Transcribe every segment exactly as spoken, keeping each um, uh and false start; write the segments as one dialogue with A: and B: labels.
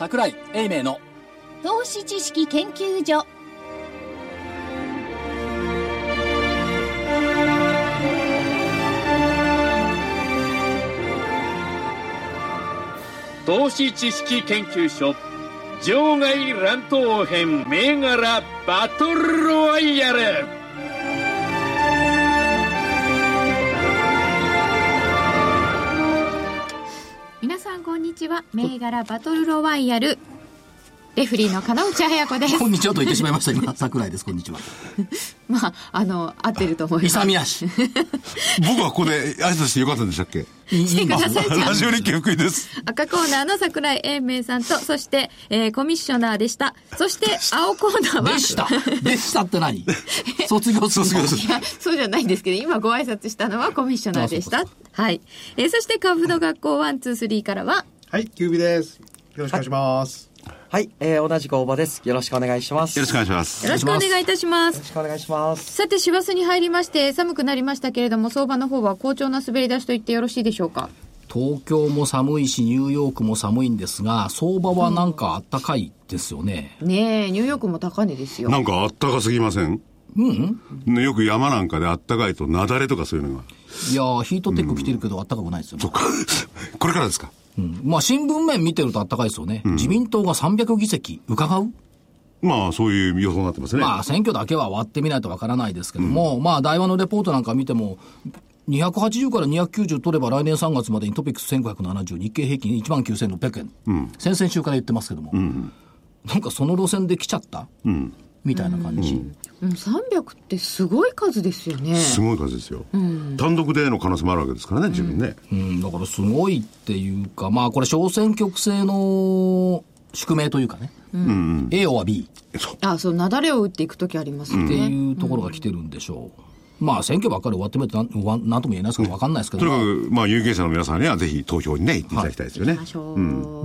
A: 櫻井英明の
B: 投資知識研究所。
C: 投資知識研究所場外乱闘編銘柄バトルロワイヤル。
D: 皆さんこんにちは。銘柄バトルロワイヤルレフリーの金内彩子です。
A: こんにちはと言ってしまいました今。櫻井です。こんにちは。
D: まああの合ってると思います。
A: 勇み足
E: 僕はここで挨拶してよかったんでしたっけ。
D: してください。
E: ラジオ日経福井です。
D: 赤コーナーの櫻井英明さんと、そして、えー、コミッショナーでした。そして青コーナーは
A: でしたでしたって何卒業する
E: 卒業する。
D: いやそうじゃないんですけど、今ご挨拶したのはコミッショナーでした。はい、えー、そして株の学校ワンツースリーからは、
F: はい、キュービです。よろしくお願いします。
G: はい、えー、同じく大場です。よろしくお願いします。
E: よろしくお願いします。
D: よろしくお願いいたします。
G: よろしくお願いします。
D: さて師走に入りまして寒くなりましたけれども、相場の方は好調な滑り出しと言ってよろしいでしょうか。
A: 東京も寒いしニューヨークも寒いんですが、相場はなんかあったかいですよね、
D: うん、ねえニューヨークも高値ですよ。
E: なんかあったかすぎません？
A: うん、
E: ね、よく山なんかであったかいと雪崩とかそういうのが。
A: いやーヒートテック着てるけどあったかくないですよね。
E: そっかこれからですか。
A: うん、まあ新聞面見てるとあったかいですよね、うん、自民党がさんびゃくぎせき伺う。
E: まあそういう予想になってますね。
A: まあ選挙だけは終わってみないとわからないですけども、うん、まあ台湾のレポートなんか見てもにひゃくはちじゅうからにひゃくきゅうじゅう取れば来年さんがつまでにトピックスせんごひゃくななじゅう、日経平均いちまんきゅうせんろっぴゃくえん、うん、先々週から言ってますけども、うん、なんかその路線で来ちゃった、うん、みたいな感じ、
D: うんうん、さんびゃくってすごい数ですよね。
E: すごい数ですよ、うん、単独での可能性もあるわけですからね、自分ね、
A: うんうん、だからすごいっていうか、まあこれ小選挙区制の宿命というかね、うん、A は B、
D: あ、そう、雪崩を打っていくときありますよね、
A: っていうところが来てるんでしょう、うん、まあ選挙ばっかり終わってみると何とも言えないですから分かんないですけど、
E: とにかくまあ有権者の皆さんにはぜひ投票にね行っていただきたいですよね、はい、
D: うん、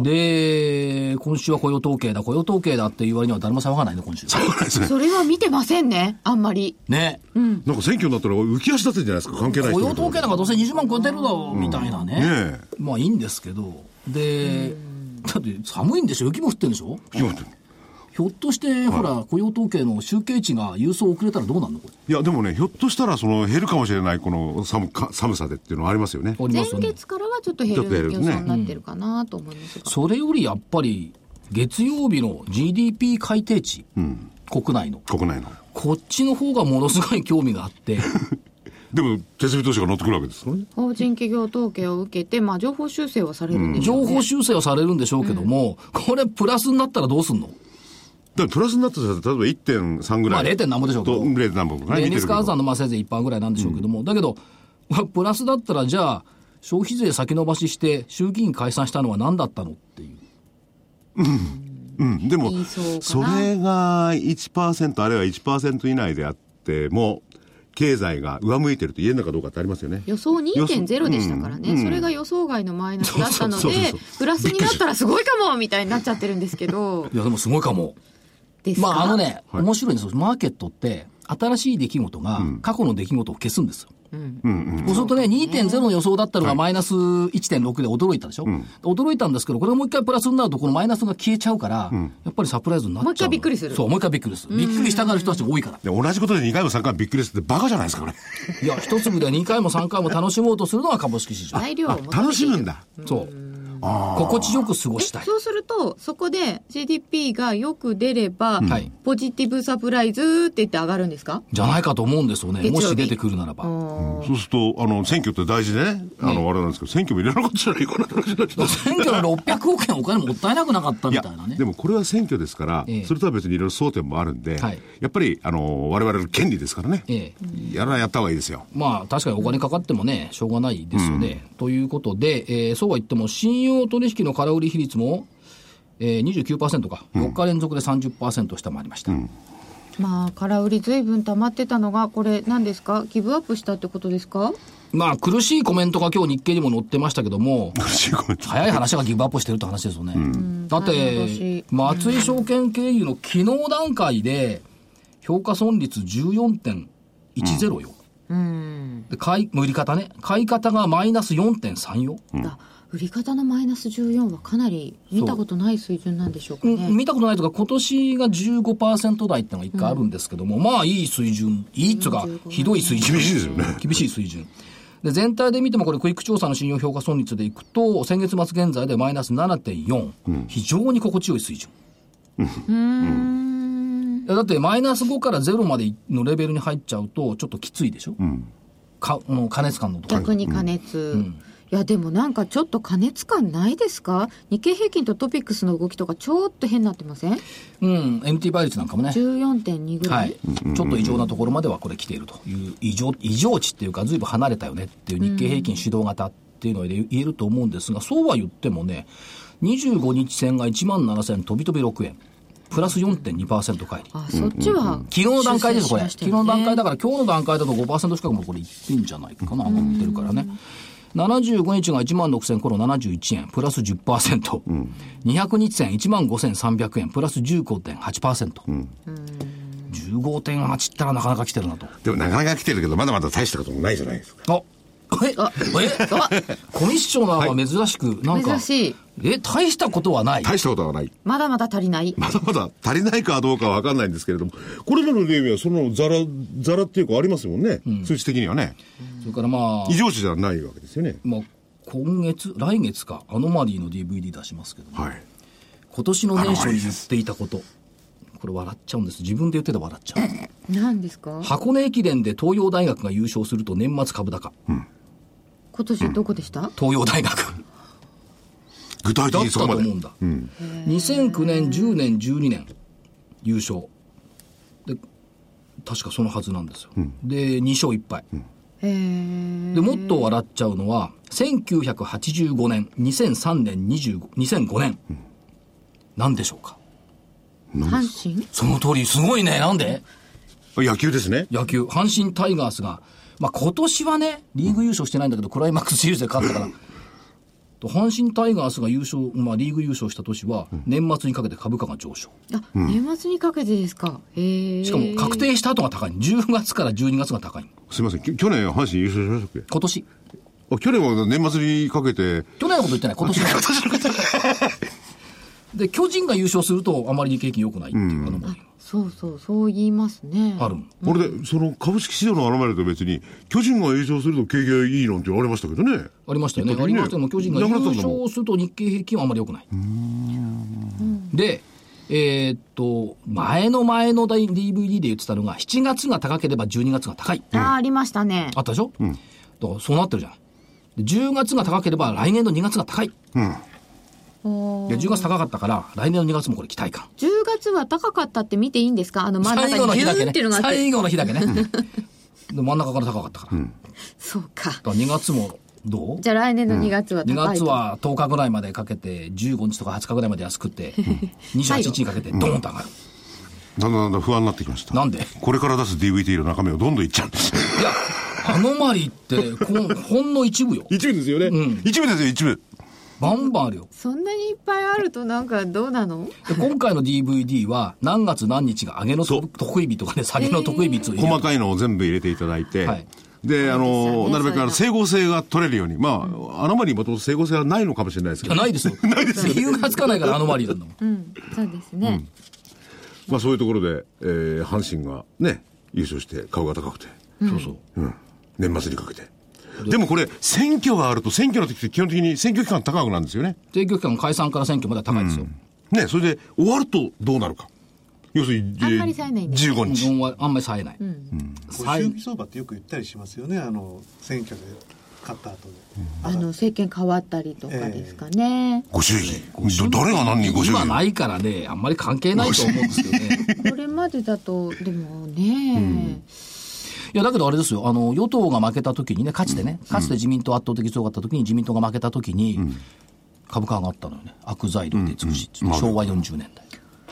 A: で今週は雇用統計だ雇用統計だっていう割には誰も騒がないの今週。
E: そうですね。
D: それは見てませんね、あんまり
A: ね、
D: うん、
E: なんか選挙になったら浮き足立てんじゃないですか、関係ない人。
A: 雇用統計なんかどうせにじゅうまん超えてるだろうみたいなね、うん、ね、まあいいんですけど、でだって寒いんでしょ、雪も降ってるんでしょ。
E: 雪も降ってる。
A: ひょっとして、はい、ほら雇用統計の集計値が郵送遅れたらどうなるのこれ。
E: いやでもね、ひょっとしたらその減るかもしれないこの 寒, か寒さでっていうのはありますよね。
D: 前月からはちょっと減る予想になってるかなと思いますが、うん、
A: それよりやっぱり月曜日の ジーディーピー 改定値、うん、国内の
E: 国内の
A: こっちの方がものすごい興味があって
E: でも設備投資が乗ってくるわけですよね。
D: 法人企業統計を受けて、まあ、情報修正はされるんでしょうね、
A: うん、情報修正はされるんでしょうけども、うん、これプラスになったらどうすんの。
E: だからプラスになったら例えば いってんさん ぐらい、
A: まあ、ゼロ. 何ぼでしょうけど、
E: ゼロ. 何ぼかね、
A: 年率換算のまあせいぜい いちパーセント ぐらいなんでしょうけども、うん、だけどプラスだったらじゃあ消費税先延ばしして衆議院解散したのは何だったのっていう、
E: うんうん、でもそれが いちパーセント あるいは いちパーセント 以内であっても経済が上向いてると言えるのかどうかってありますよね。
D: 予想 にてんゼロ でしたからね、うん、それが予想外のマイナスだったので、プラスになったらすごいかもみたいになっちゃってるんですけど
A: いやでもすごいかもですか。まああのね、はい、面白いんですよ。マーケットって新しい出来事が過去の出来事を消すんですよ、うんうんうん、そうするとね にてんゼロ の予想だったのがマイナス いってんろく で驚いたでしょ、うん、驚いたんですけど、これがもう一回プラスになるとこのマイナスが消えちゃうから、うん、やっぱりサプライズになっちゃう。
D: もう一回びっくりする。
A: そう、もう一回びっくりする。びっくりしたがる人たちが多いから。
E: で同じことでにかいもさんかいもびっくりするってバカじゃないですかこれ。
A: いや一粒でにかいもさんかいも楽しもうとするのが株式市場。
D: 材料を
E: 楽しむんだ。
A: そう心地よく過ごしたい。
D: そうするとそこで ジーディーピー がよく出れば、うん、ポジティブサプライズって言って上がるんですか
A: じゃないかと思うんですよね、もし出てくるならば、うん、
E: そうするとあの選挙って大事でね、あのあれなんですけど、選挙も入れなかったじゃないかなって話になっちゃった。
A: 選挙のろっぴゃくおくえんお金もったいなくなかったみたいなね。
E: でもこれは選挙ですから、ええ、それとは別にいろいろ争点もあるんで、はい、やっぱりあの我々の権利ですからね、ええ、やらやった方がいいですよ。
A: まあ確かにお金かかってもねしょうがないですよね、うん、ということで、えー、そうは言っても信用取引の空売り比率も、えー、にじゅうきゅうパーセント か、よっか連続で さんじゅっパーセント 下回りました、うん、
D: まあ空売り随分溜まってたのがこれ何ですか、ギブアップしたってことですか。
A: まあ苦しいコメントが今日日経にも載ってましたけども、早い話がギブアップしてるって話ですよね、うん、だって松井証券経由の昨日段階で評価損率 じゅうよんてんいちゼロ よ、うん、で買い売り方ね、買い方がマイナス よんてんさん よ、うん、
D: 売り方のマイナスじゅうよんはかなり見たことない水準なんでしょうかね。
A: うん、見たことないとか、今年が じゅうごパーセント 台ってのが一回あるんですけども、うん、まあいい水準、いいっていうか、ひどい水準。
E: 厳しいですよね。
A: 厳しい水準。で、全体で見てもこれクイック調査の信用評価損率でいくと、先月末現在でマイナス ななてんよん、うん、非常に心地よい水準。
D: うーん。
A: だってマイナスごからゼロまでのレベルに入っちゃうとちょっときついでしょ、うん、かもう過熱感のところ。
D: 逆に過熱。うんうん、いやでもなんかちょっと過熱感ないですか？日経平均とトピックスの動きとかちょっと変になってません？
A: うん、エムティー 倍率なんかもね
D: じゅうよんてんに ぐらい、はい、
A: ちょっと異常なところまではこれ来ているという異常、異常値っていうかずいぶん離れたよねっていう日経平均主導型っていうのは言えると思うんですが、そうは言ってもねにじゅうごにち線がいちまんななせん飛び飛びろくえんプラス よんてんにパーセント 返り。
D: あ、そっちは
A: 昨日の段階ですこれ、昨日の段階だから今日の段階だと ごパーセント 近くもこれいってんじゃないかな、上がってるからね。ななじゅうごにちがいちまんろくせん頃ななじゅういちえんプラス じゅっパーセント、うん、にひゃくにち線いちまんごせんさんびゃくえんプラス じゅうごてんはちパーセント、うん、じゅうごてんはちったらなかなか来てるなと。
E: でもなかなか来てるけどまだまだ大したこともないじゃないですか。
A: あえあえあコミッショナーは珍しく、はい、なんか
D: 珍しい。
A: え大したことはない。
E: 大したことはない。
D: まだまだ足りない。
E: まだまだ足りないかどうかは分かんないんですけれども、これらの例はそのザラザラっていうかありますもんね、うん、数値的にはね。
A: それからまあ
E: 異常値じゃないわけですよね。
A: まあ今月来月かアノマリーの ディーブイディー 出しますけど、はい、今年の年初に言っていたこと、これ笑っちゃうんです。自分で言ってたら笑っちゃう。
D: 何ですか？
A: 箱根駅伝で東洋大学が優勝すると年末株高、うん、
D: 今年どこでした？
A: 東洋大学
E: 具体的にそこまで
A: だったと思うんだ、うん、にせんきゅうねんじゅうねんじゅうにねん優勝で確かそのはずなんですよ、うん、でにしょういっぱい、うん、へでもっと笑っちゃうのはせんきゅうひゃくはちじゅうごねんにせんさんねんにじゅうご にせんごねん、うん、何でしょうか？
D: 阪神？
A: その通り。すごいね。なんで？
E: 野球ですね。
A: 野球阪神タイガースが、まあ、今年はねリーグ優勝してないんだけど、うん、クライマックスシリーズで勝ったからと阪神タイガースが優勝、まあ、リーグ優勝した年は年末にかけて株価が上昇、
D: うん、あ、うん、年末にかけてですか。へえ。し
A: かも確定した後が高い。じゅうがつからじゅうにがつが高い。
E: すいません、去年阪神優勝しましたっけ？
A: 今年。
E: あ、去年は年末にかけて。
A: 去年のこと言ってない、今年のことで巨人が優勝するとあまり日経平均良くないっていう、うん、あのあ
D: そうそうそう言いますね。
A: ある。
E: これでその株式市場のアノマリと別に巨人が優勝すると景気がいいなんて言われましたけどね。
A: ありましたよね。ありましたけど巨人が優勝すると日経平均はあまり良くない。うーんでえー、っと前の前の ディーブイディー で言ってたのがしちがつが高ければじゅうにがつが高い、
D: うん、あありましたね。
A: あったでしょ、うん、だからそうなってるじゃない。でじゅうがつが高ければ来年のにがつが高い、うんでじゅうがつ高かったから来年のにがつもこれ期待感。
D: じゅうがつは高かったって見ていいんですか？あの真ん中に
A: 最後の日だけね。
D: っていうのがあって
A: 最後の日だけねで真ん中から高かったから、うん、
D: そうか。
A: だからにがつもどう？
D: じゃあ来年のにがつは高い、うん、
A: にがつはとおかぐらいまでかけてじゅうごにちとかはつかぐらいまで安くて、うん、にじゅうはちにちにかけてドーンと上がる、
E: うん、だんだんだんだん不安になってきました。
A: なんで？
E: これから出す ディーブイディー の中身をどんどんいっちゃうんです
A: いやアノマリってほんの一部よ。
E: 一部ですよね、うん、一部ですよ。一部
A: バンバンあるよ。
D: そんなにいっぱいあるとなんかどうなの？
A: 今回の ディーブイディー は何月何日が上げの得意日とかね、下げの得意日を入れる、
E: 細かいのを全部入れていただいて、はい、であの、ね、なるべくあの整合性が取れるように、まあ、うん、アノマリーもともと整合性はないのかもしれないですけど、
A: ないですよないですよ理由がつかないからアノマリーなんだもん、
D: うん、そうですね、うん、
E: まあそういうところで、えー、阪神がね優勝して顔が高くて、
A: うん、そうそう、
E: うん、年末にかけて。でもこれ選挙があると選挙の時って基本的に選挙期間高くなるんですよね。
A: 選挙期間解散から選挙までは高いですよ、
E: うん、ね。それで終わるとどうなるか。要するに
D: あんまり冴えないんだ、
E: じゅうごにち
A: あんまり冴えない、うんうん、
F: ご祝儀相場ってよく言ったりしますよね。あの選挙で勝った後で、
D: うん、あの政権変わったりとかですかね、
E: えー、ご祝儀誰が何人ご祝儀
A: 今ないからねあんまり関係ないと思うんですけどね
D: これまでだとでもね、うん
A: いやだけどあれですよ、あの与党が負けた時にね、かつてね、うん、かつて自民党圧倒的強かった時に自民党が負けた時に、うん、株価上がったのよね。悪材料で尽くし、うん、昭和よんじゅうねんだい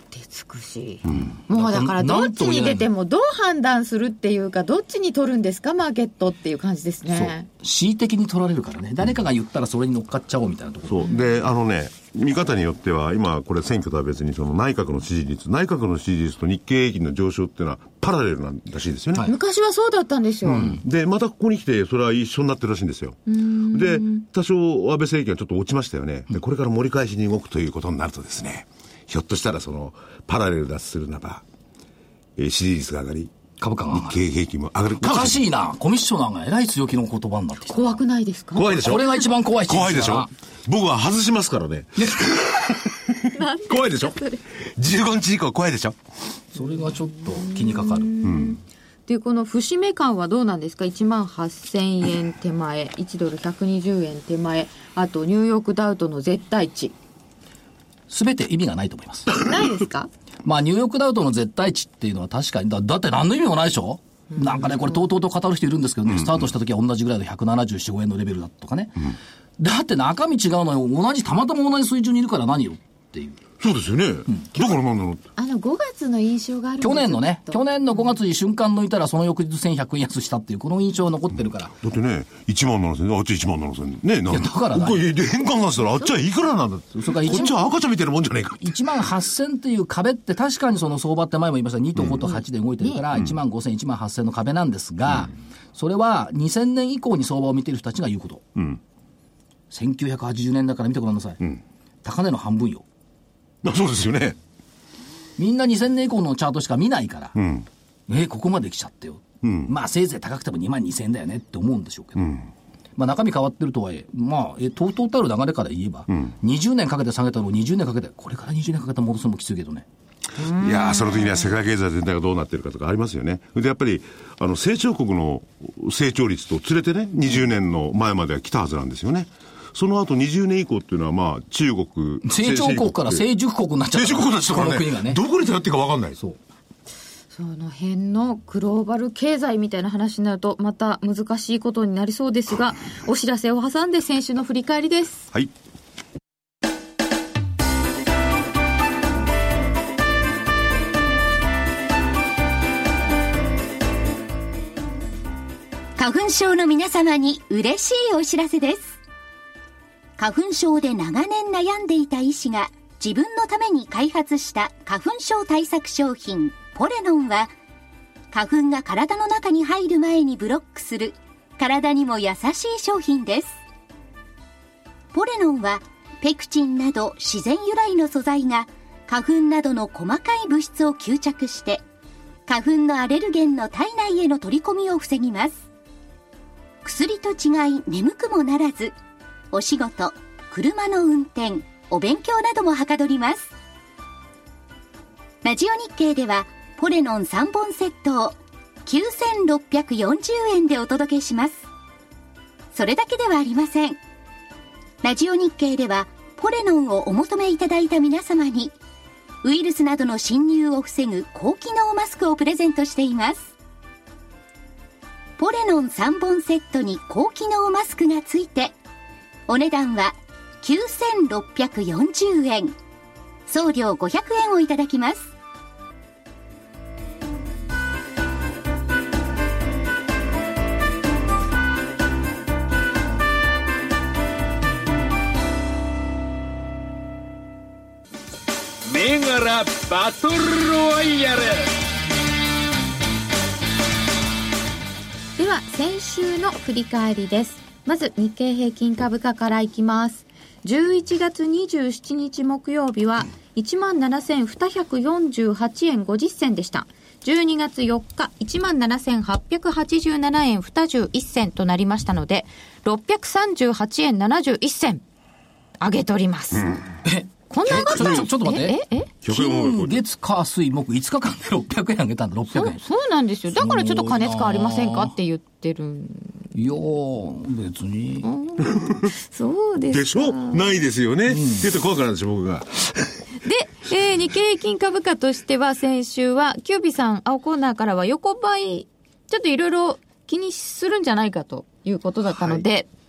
D: 手尽くし、うん、もうだからどっちに出てもどう判断するっていうか、どっちに取るんですかマーケットっていう感じですね。
A: そう恣意的に取られるからね、誰かが言ったらそれに乗っかっちゃおうみたいなところ。
E: そうで、あのね、見方によっては今これ選挙とは別にその内閣の支持率内閣の支持率と日経平均の上昇っていうのはパラレルなんらしいですよね、
D: はい、昔はそうだったんですよ、うん、
E: でまたここに来てそれは一緒になってるらしいんですよ。で多少安倍政権はちょっと落ちましたよね。でこれから盛り返しに動くということになるとですね、ひょっとしたらそのパラレル脱するならば、えー、支持率が上がり
A: 株価が上がる、日
E: 経平均も上がる。
A: おかしいな、コミッショナーがえらい強気の言葉になってきた。
D: 怖くないですか。
E: 怖いでしょ。
A: これが一番怖い。
E: 怖いでしょ。僕は外しますからね怖いでしょ。じゅうごにち以降怖いでしょ。
A: それがちょっと気にかかる。うん、
D: でこの節目感はどうなんですか。いちまんはっせんえん手前いちドルひゃくにじゅうえん手前、あとニューヨークダウとの絶対値、
A: すべて意味がないと思います。
D: ないですか。
A: まあニューヨークダウとの絶対値っていうのは確かに だ, だって何の意味もないでしょ。うん、なんかねこれとうとうと語る人いるんですけどね、うん、スタートした時は同じぐらいのひゃくななじゅうよん、ごえんのレベルだとかね、うん、だって中身違うのよ。同じたまたま同じ水準にいるから何よっていう。
E: そうですよね、うん、だからなんだろう。
D: あのごがつの印象があるんです。
A: 去年のね、去年のごがつに瞬間抜いたらその翌日せんひゃくえん安したっていうこの印象が残ってるから、
E: うん、だってねいちまんななせんあっちいちまんななせんねえ、なん
A: いやだから
E: これ変換がしたらあっちはいくらなんだって、それからこっちは赤ちゃんみたいなもんじゃないか。
A: いちまんはっせんっていう壁って確かにその相場って前も言いましたにとごとはちで動いてるから、うん、いちまんごせん、いちまんはっせんの壁なんですが、うん、それはにせんねん以降に相場を見てる人たちが言うこと、うん、せんきゅうひゃくはちじゅうねんだいから見てごらんなさい、うん、高値の半分よ。
E: あ、そうですよね。
A: みんなにせんねん以降のチャートしか見ないから、うん、えー、ここまで来ちゃってよ、うん、まあせいぜい高くてもにまんにせんえんだよねって思うんでしょうけど、うん、まあ中身変わってるとはいえ、まあえトータル流れから言えば、うん、にじゅうねんかけて下げたのをにじゅうねんかけて、これからにじゅうねんかけて戻すのもきついけどね。
E: いやー、その時には世界経済全体がどうなってるかとかありますよね。でやっぱりあの成長国の成長率と連れてねにじゅうねんの前までは来たはずなんですよね。その後にじゅうねん以降っていうのはまあ中国
A: 成長国から成熟国になっちゃった。
E: 成熟国になっちゃったからね、この国がねどこに頼っていいか分かんない。そう
D: その辺のグローバル経済みたいな話になるとまた難しいことになりそうですが、お知らせを挟んで先週の振り返りです。
E: はい。
B: 花粉症の皆様に嬉しいお知らせです。花粉症で長年悩んでいた医師が自分のために開発した花粉症対策商品ポレノンは、花粉が体の中に入る前にブロックする体にも優しい商品です。ポレノンはペクチンなど自然由来の素材が花粉などの細かい物質を吸着して花粉のアレルゲンの体内への取り込みを防ぎます。薬と違い眠くもならず、お仕事、車の運転、お勉強などもはかどります。ラジオ日経ではポレノンさんぼんセットをきゅうせんろっぴゃくよんじゅうえんでお届けします。それだけではありません。ラジオ日経ではポレノンをお求めいただいた皆様にウイルスなどの侵入を防ぐ高機能マスクをプレゼントしています。ポレノンさんぼんセットに高機能マスクがついてお値段はきゅうせんろっぴゃくよんじゅうえん、送料ごひゃくえんをいただきます。
C: 銘柄バトルロワイヤル。
D: では先週の振り返りです。まず日経平均株価からいきます。じゅういちがつにじゅうしちにち木曜日は いちまんななせんにひゃくよんじゅうはちえんごじゅっせんでした。じゅうにがつよっか いちまんななせんはっぴゃくはちじゅうななえんにじゅういっせんとなりましたので、ろっぴゃくさんじゅうはちえんななじゅういっせん上げ取ります。うん、えこんな上がったの？
A: ちょっと待って。ええ金月火水木いつかかんでろっぴゃくえん上げたんだ。ろっぴゃくえん。
D: そう、そうなんですよ。だからちょっと過熱感ありませんかって言ってる。
A: いやー別に、うん、
D: そうですか。
E: でしょないですよね、うん、って言うと怖くなるんですよ僕が。
D: で、えー、日経平均株価としては先週はキュービさん青コーナーからは横ばいちょっといろいろ気にするんじゃないかということだったので、はい、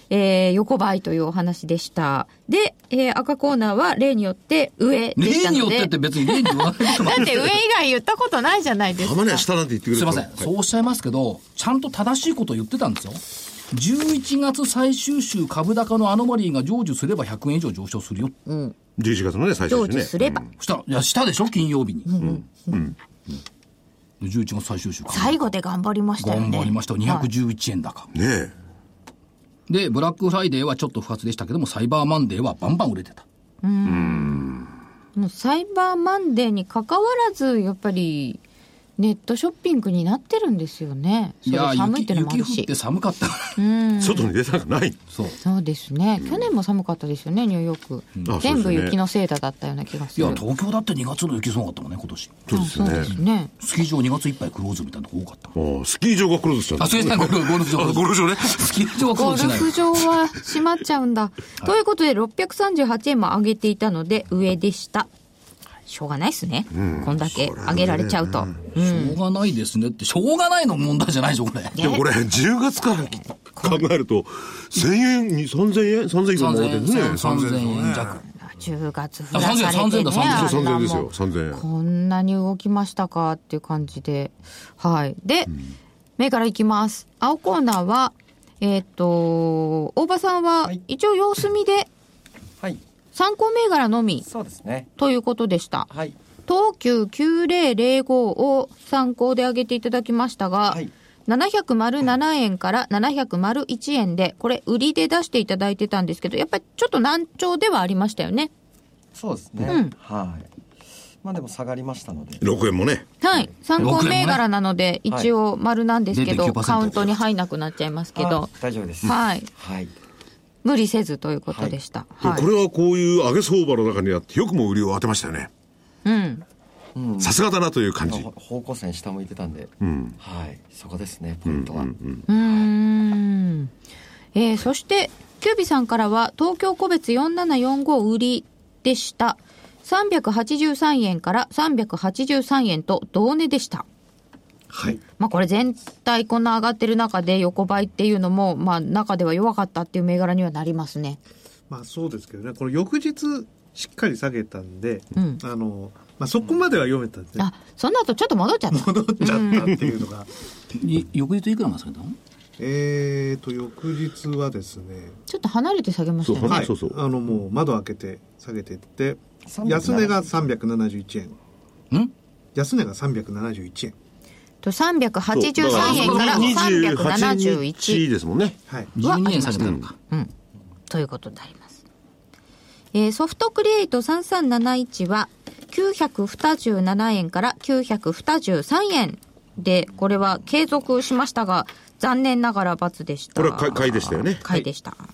D: えー、横ばいというお話でした。で、えー、赤コーナーは例によって上でしたので。
A: 例によってって別に例に言わないと
D: だって上以外言ったことないじゃないですか。
E: たまには下なんて言ってくれる。
A: すいません、はい、そうおっしゃいますけど、ちゃんと正しいことを言ってたんですよ。じゅういちがつ最終週株高のアノマリーが成就すればひゃくえん以上上昇するよ。
D: うん。
E: じゅういちがつのね、最終週ね。
D: 成就すれば。
A: うん、したら、いや、したでしょ金曜日に。うん。うん。うんうん、じゅういちがつ最終週
D: 最後で頑張りましたよね。
A: 頑張りましたよ。にひゃくじゅういちえん高。
E: はい、ねえ。
A: で、ブラックフライデーはちょっと不発でしたけども、サイバーマンデーはバンバン売れてた。
D: うーん。もうサイバーマンデーに関わらず、やっぱり、ネットショッピングになってるんですよね。
A: いや、
D: 寒いってのもあるし。
A: 雪降って寒かった。
E: うん。外に出たくない。
D: そう。そうですね。去年も寒かったですよね、ニューヨーク。うん、全部雪のせいだだったような気がする。
A: いや、東京だってにがつの雪すごかったもんね、今年。
E: そうですね。
D: そうですね。
A: スキー場にがついっぱいクローズみたいなとこ多かった。
E: ああ、スキー場がクローズしちゃった。
A: あ、そうですね、ゴルフ場。
E: ゴルフ場ね。
A: スキー場はクローズしない。
D: ゴルフ場は閉まっちゃうんだ。ということで、ろっぴゃくさんじゅうはちえんも上げていたので、上でした。しょうがないっすね、うん、こんだけ上げられちゃうと、
A: うん、しょうがないですねって、しょうがないの問題じゃないでしょこれ。
E: でもこれじゅうがつから考えるとせんえんにさんぜんえんさんぜんえん以上もらってるね。
A: さんぜんえん弱。
D: じゅうがつ振らされてね、
A: さんぜんえんださ
E: んぜんえんですよ。さんぜんえん
D: こんなに動きましたかっていう感じで、はいで、うん、目からいきます。青コーナーはえっと大場さんは一応様子見で、はい、参考銘柄のみ
G: そうですね
D: ということでした。
G: はい。
D: 東急きゅうぜろぜろごを参考で挙げていただきましたが、はい、ななひゃくななえんからななひゃくいちえんで、これ売りで出していただいてたんですけど、やっぱりちょっと難聴ではありましたよね。
G: そうですね。うん、はい。まあでも下がりましたので。
E: ろくえんもね。
D: はい。参考銘柄なので、一応丸なんですけど、はい、カウントに入んなくなっちゃいますけど。
G: 大丈夫です。
D: はい。
G: はい。
D: 無理せずということでした。
E: はいはい、これはこういう上げ相場の中にあってよくも売りを当てましたよね。うん。さすがだなという感じ。
G: 方向線下向いてたんで、
E: うん、
G: はい、そこですねポイントは。うん
D: うんうん、うーん、えー、そしてキュービさんからは東京個別よんななよんご売りでした。さんびゃくはちじゅうさんえんからさんびゃくはちじゅうさんえんと同値でした。
F: はい。
D: まあこれ全体こんな上がってる中で横ばいっていうのも、まあ中では弱かったっていう銘柄にはなりますね。
F: まあそうですけどね、この翌日しっかり下げたんで、
D: うん、
F: あの、まあそこまでは読めたんですね。
D: あ、その後ちょっと戻っちゃった。
F: 戻っちゃったっていうのが。
A: うん、翌日いくらが下げたの？
F: えーと、翌日はですね。
D: ちょっと離れて下げましたよね。
F: はい。そうそう。あのもう窓開けて下げていって、安値がさんびゃくななじゅういちえん。
A: ん？
F: 安値がさんびゃくななじゅういちえん。
D: とさんびゃくはちじゅうさんえんからさんびゃくななじゅういち。
E: いいですもんね。
F: はい。
A: じゅうにえん下げたのか。
D: うん。ということになります。えー、ソフトクリエイトさんさんなないちはきゅうひゃくにじゅうななえんからきゅうひゃくにじゅうさんえんで、これは継続しましたが、残念ながら×でした。
E: これは買いでしたよね。
D: 買いでした。はい、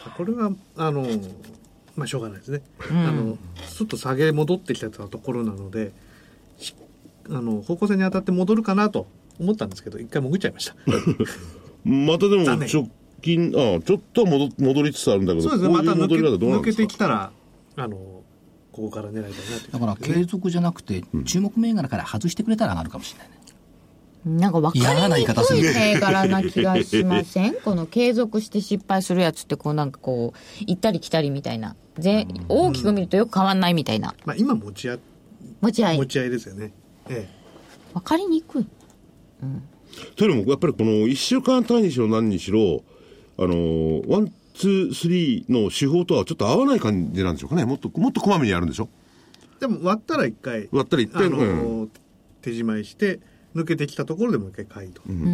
F: これは、あの、まあ、しょうがないですね。うん、あの、ちょっと下げ戻ってきたところなので、あの、方向性に当たって戻るかなと思ったんですけど、一回潜っちゃいました。
E: またでも、直近、ああ、ちょっと戻戻りつつあるんだけど、
F: そうですね、また抜け、抜けてきたら、あの、ここから狙いたいなと、ね。
A: だから継続じゃなくて、うん、注目銘柄から外してくれたら上がるかもしれないね。
D: なんか分かりにくい銘柄な気がしません？この継続して失敗するやつってこうなんかこう行ったり来たりみたいな、ぜ大きく見るとよく変わんないみたいな。
F: まあ今持ち合い
D: 持ち合い
F: 持ち合いですよね。ええ、
D: 分かりにくい。
E: うん。というのもやっぱりこのいっしゅうかん単位にしろ何にしろあのワンツースリーの手法とはちょっと合わない感じなんでしょうかね。もっともっとこまめにやるんでしょ。
F: でも割ったら一回
E: 割ったら一回、あのー
F: うん、手締まいして抜けてきたところでもう一回買いと、うんうん、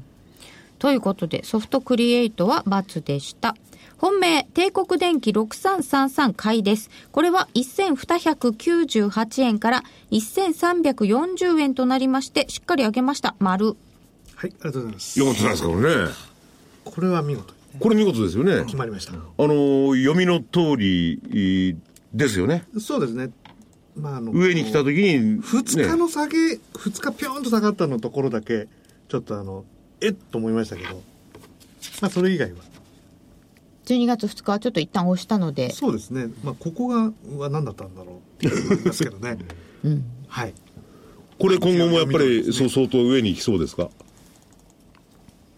D: ということでソフトクリエイトは×でした。本命帝国電機ろくさんさんさん買いです。これはせんにひゃくきゅうじゅうはちえんからせんさんびゃくよんじゅうえんとなりまして、しっかり上げました。丸。
F: はい、ありがとうございます。
E: よかったですかこれね。
F: これは見事、
E: これ見事ですよね。
F: 決まりました。あ
E: の読みの通りですよね。
F: そうですね。まあ、あの
E: 上に来た時に
F: ふつかの下げ、ね、ふつかピョーンと下がったのところだけちょっとあのえっと思いましたけど、まあそれ以外は
D: じゅうにがつふつかはちょっと一旦押したので、
F: そうですね、まあ、ここがは何だったんだろうって思いますけどね、うん、はい。
E: これ今後もやっぱりそう相当上に行きそうですか？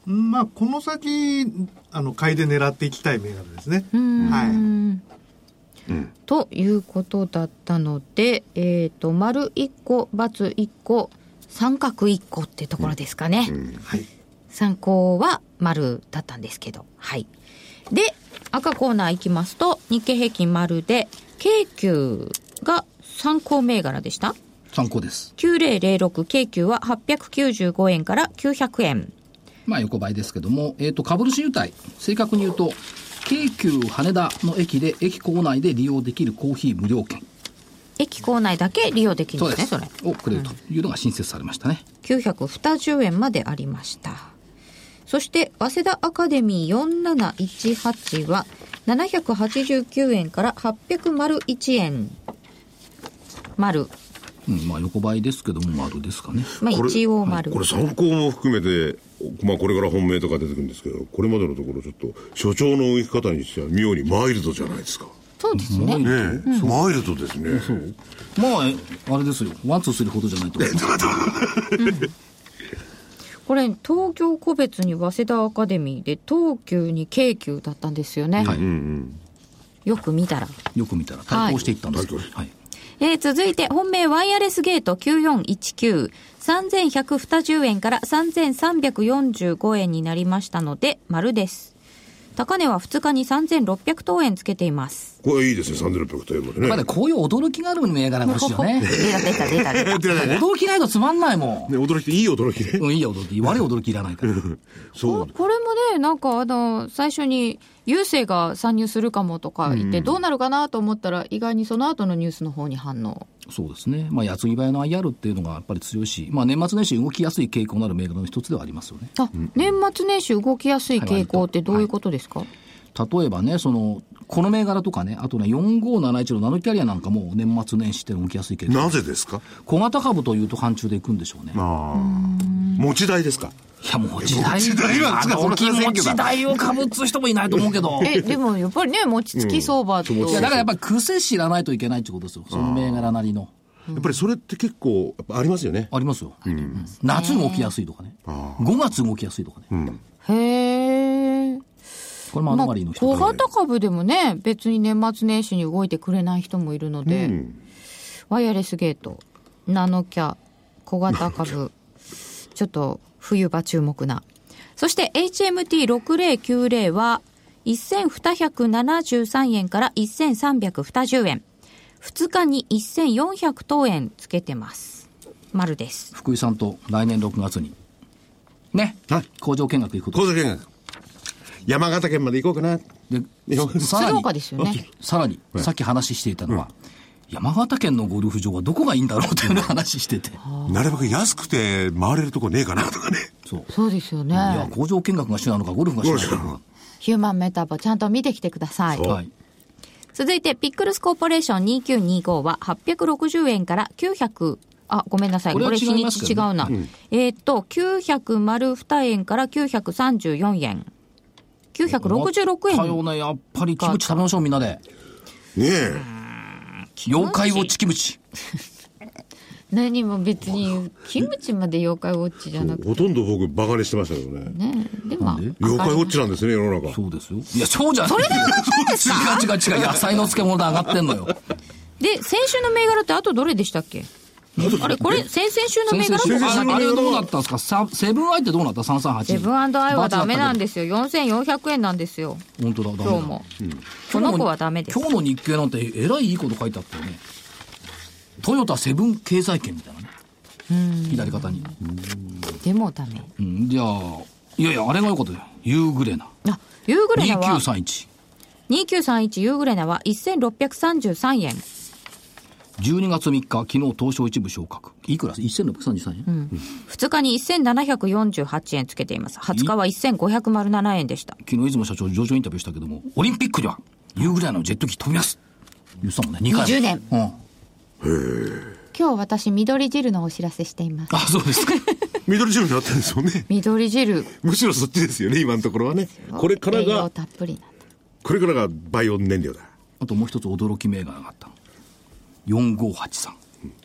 F: まあこの先あの買いで狙っていきたい銘柄ですね。はい。
D: うん、ということだったので、えーと、丸いっこ×いっこ三角いっこってところですかね、うんうん、はい、参考は丸だったんですけど、はい。で赤コーナーいきますと日経平均丸で京急が参考銘柄でした。
A: 参考です。
D: きゅうぜろぜろろく京急ははっぴゃくきゅうじゅうごえんからきゅうひゃくえん、
A: まあ横ばいですけども、えーと株主優待、正確に言うと京急羽田の駅で駅構内で利用できるコーヒー無料券、
D: 駅構内だけ利用できるんですね。それ
A: をくれるというのが新設されましたね、うん、
D: きゅうひゃくにじゅうえんまでありました。そして早稲田アカデミーよんなないちはちはななひゃくはちじゅうきゅうえんからはっぴゃくいちえん丸、
A: うん、まあ横ばいですけども丸ですかね。
D: まあ一応丸。
E: これ参考も含めて、まあこれから本命とか出てくるんですけど、これまでのところちょっと所長の動き方にしては妙にマイルドじゃないですか。
D: そうですね。
E: ねえ、うん、マイルドですね。そう。
A: まああれですよ。ワンツースリーほどじゃないと。
D: うん、これ東京個別に早稲田アカデミーで東急に京急だったんですよね。はい。うんうん、よく見たら。
A: よく見たら対抗していったんですけど。はい。はい、
D: えー、続いて本命ワイヤレスゲートきゅうよんいちきゅう、さんぜんひゃくにじゅうえんからさんぜんさんびゃくよんじゅうごえんになりましたので丸です。高値はふつかにさんぜんろっぴゃくとうえんつけています。
E: これいいですね、さんぜんろっぴゃくとうえんまでね。
A: まだこういう驚きがある銘柄が欲しいよね。
D: 出た出た出た出た
A: 驚きないとつまんないもん、
E: ね、驚きいい驚きね。
A: うん、いい驚き、悪い驚きいらないから
D: そうこ、これもね、なんかあの最初に郵政が参入するかもとか言ってどうなるかなと思ったら、意外にその後のニュースの方に反応。
A: そうですね、まあ、矢継ぎ早の アイアール っていうのがやっぱり強いし、まあ、年末年始動きやすい傾向のある銘柄の一つではありますよね。
D: あ、うん、年末年始動きやすい傾向ってどういうことですか？はい
A: はい、例えばね、そのこの銘柄とかね、あとねよんごーなないちのナノキャリアなんかも年末年始って動きやすい傾向。
E: なぜですか？
A: 小型株というと範疇でいくんでしょうね。
E: あ持ち代ですか？
A: いや、持ち代持ち代は持ち代をかぶつ人もいないと思うけど
D: えでもやっぱりね、持ち付き相場と、うん、
A: いやだからやっぱり癖知らないといけないってことですよ、その銘柄なりの。
E: やっぱりそれって結構やっぱありますよね。
A: ありますよ、うん、夏動きやすいとかね、ごがつ動きやすいとかね、うん、
D: へえ。
A: これもアノマリーの人、
D: まあ、小型株でもね、別に年末年始に動いてくれない人もいるので、うん、ワイヤレスゲート、ナノキャ、小型株ちょっと冬場注目な。そして エイチエムティーろくぜろきゅうぜろ はせんにひゃくななじゅうさんえんからせんさんびゃくにじゅうえん、ふつかにせんよんひゃくとうえんつけてます。丸です。
A: 福井さんと来年ろくがつにね、はい、工場見学行くこと。
E: 工場見学、山形県まで行こうかな。
A: でさらに、
D: ですよね、
A: さらに、はい、さっき話していたのは、うん、山形県のゴルフ場はどこがいいんだろうという話してて、
E: なるべく安くて回れるとこねえかなとかね。
D: そうそうですよね。
A: いや、工場見学が主なのかゴルフが主なのか、
D: ヒューマンメタボちゃんと見てきてください。はい、続いてピックルスコーポレーションにきゅうにごははっぴゃくろくじゅうえんからきゅうひゃく、あ、ごめんなさい、これ日にち違うな、うん、えー、っときゅうひゃくにえんからきゅうひゃくさんじゅうよんえん、きゅうひゃくろくじゅうろくえん。
A: だよね、やっぱりキムチ食べましょうみんなで。ね
E: え。
A: 妖怪ウォッチキムチ。
D: 何も別にキムチまで妖怪ウォッチじゃなくて。
E: ほとんど僕バカにしてましたけどね。
D: ねえ、でも
E: 妖怪ウォッチなんですね、世の中。
A: そうですよ。いや、そうじゃん。
D: それで上がったんですか？
A: 違う違う違う、野菜の漬物で上がってんのよ。
D: で、先週の銘柄ってあとどれでしたっけ？あれこれ先々週の銘柄
A: 先々週あれどうなったんですか？セブンアイってどうなった？さんさんはち。
D: セブンアイはダメなんですよ。よんせんよんひゃくえんなんですよ。
A: 本当だ、ダメだ。
D: 今日も、うん、この子はダメです。
A: 今日の日経なんてえらいいいこと書いてあったよね。トヨタセブン経済圏みたいなね、うん、左肩に。
D: でもダメ、
A: うん、じゃあいやいや、あれが良かったよ、ユーグレナ。
D: あ、ユーグレナは
A: にきゅうさんいち
D: にきゅうさんいちユーグレナはせんろっぴゃくさんじゅうさんえん。
A: じゅうにがつみっか、昨日東証一部昇格。いくら？せんろっぴゃくさんじゅうさんえん、うん、
D: ふつかにせんななひゃくよんじゅうはちえんつけています。はつかはせんごひゃくななえんでした。
A: 昨日出雲社長上場インタビューしたけども、オリンピックではユーグレナのジェット機飛びます言ってたもんね。にかいも
D: にじゅうねん、
A: うん、
D: へー。今日私緑汁のお知らせしています。
A: あ、そうですか。
E: 緑汁になってるんですよね。
D: 緑汁、
E: むしろそっちですよね、今のところはね。これからが栄養
D: たっぷりなんだ。
E: これからがバイオ燃料だ。
A: あともう一つ驚き銘柄があったの、よんごーはちさん、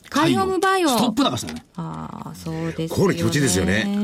D: カイオムバイオ。
A: ストップ高したよね。
D: ああ、そうですよね。
E: これ気持ちいいですよね。
A: うん。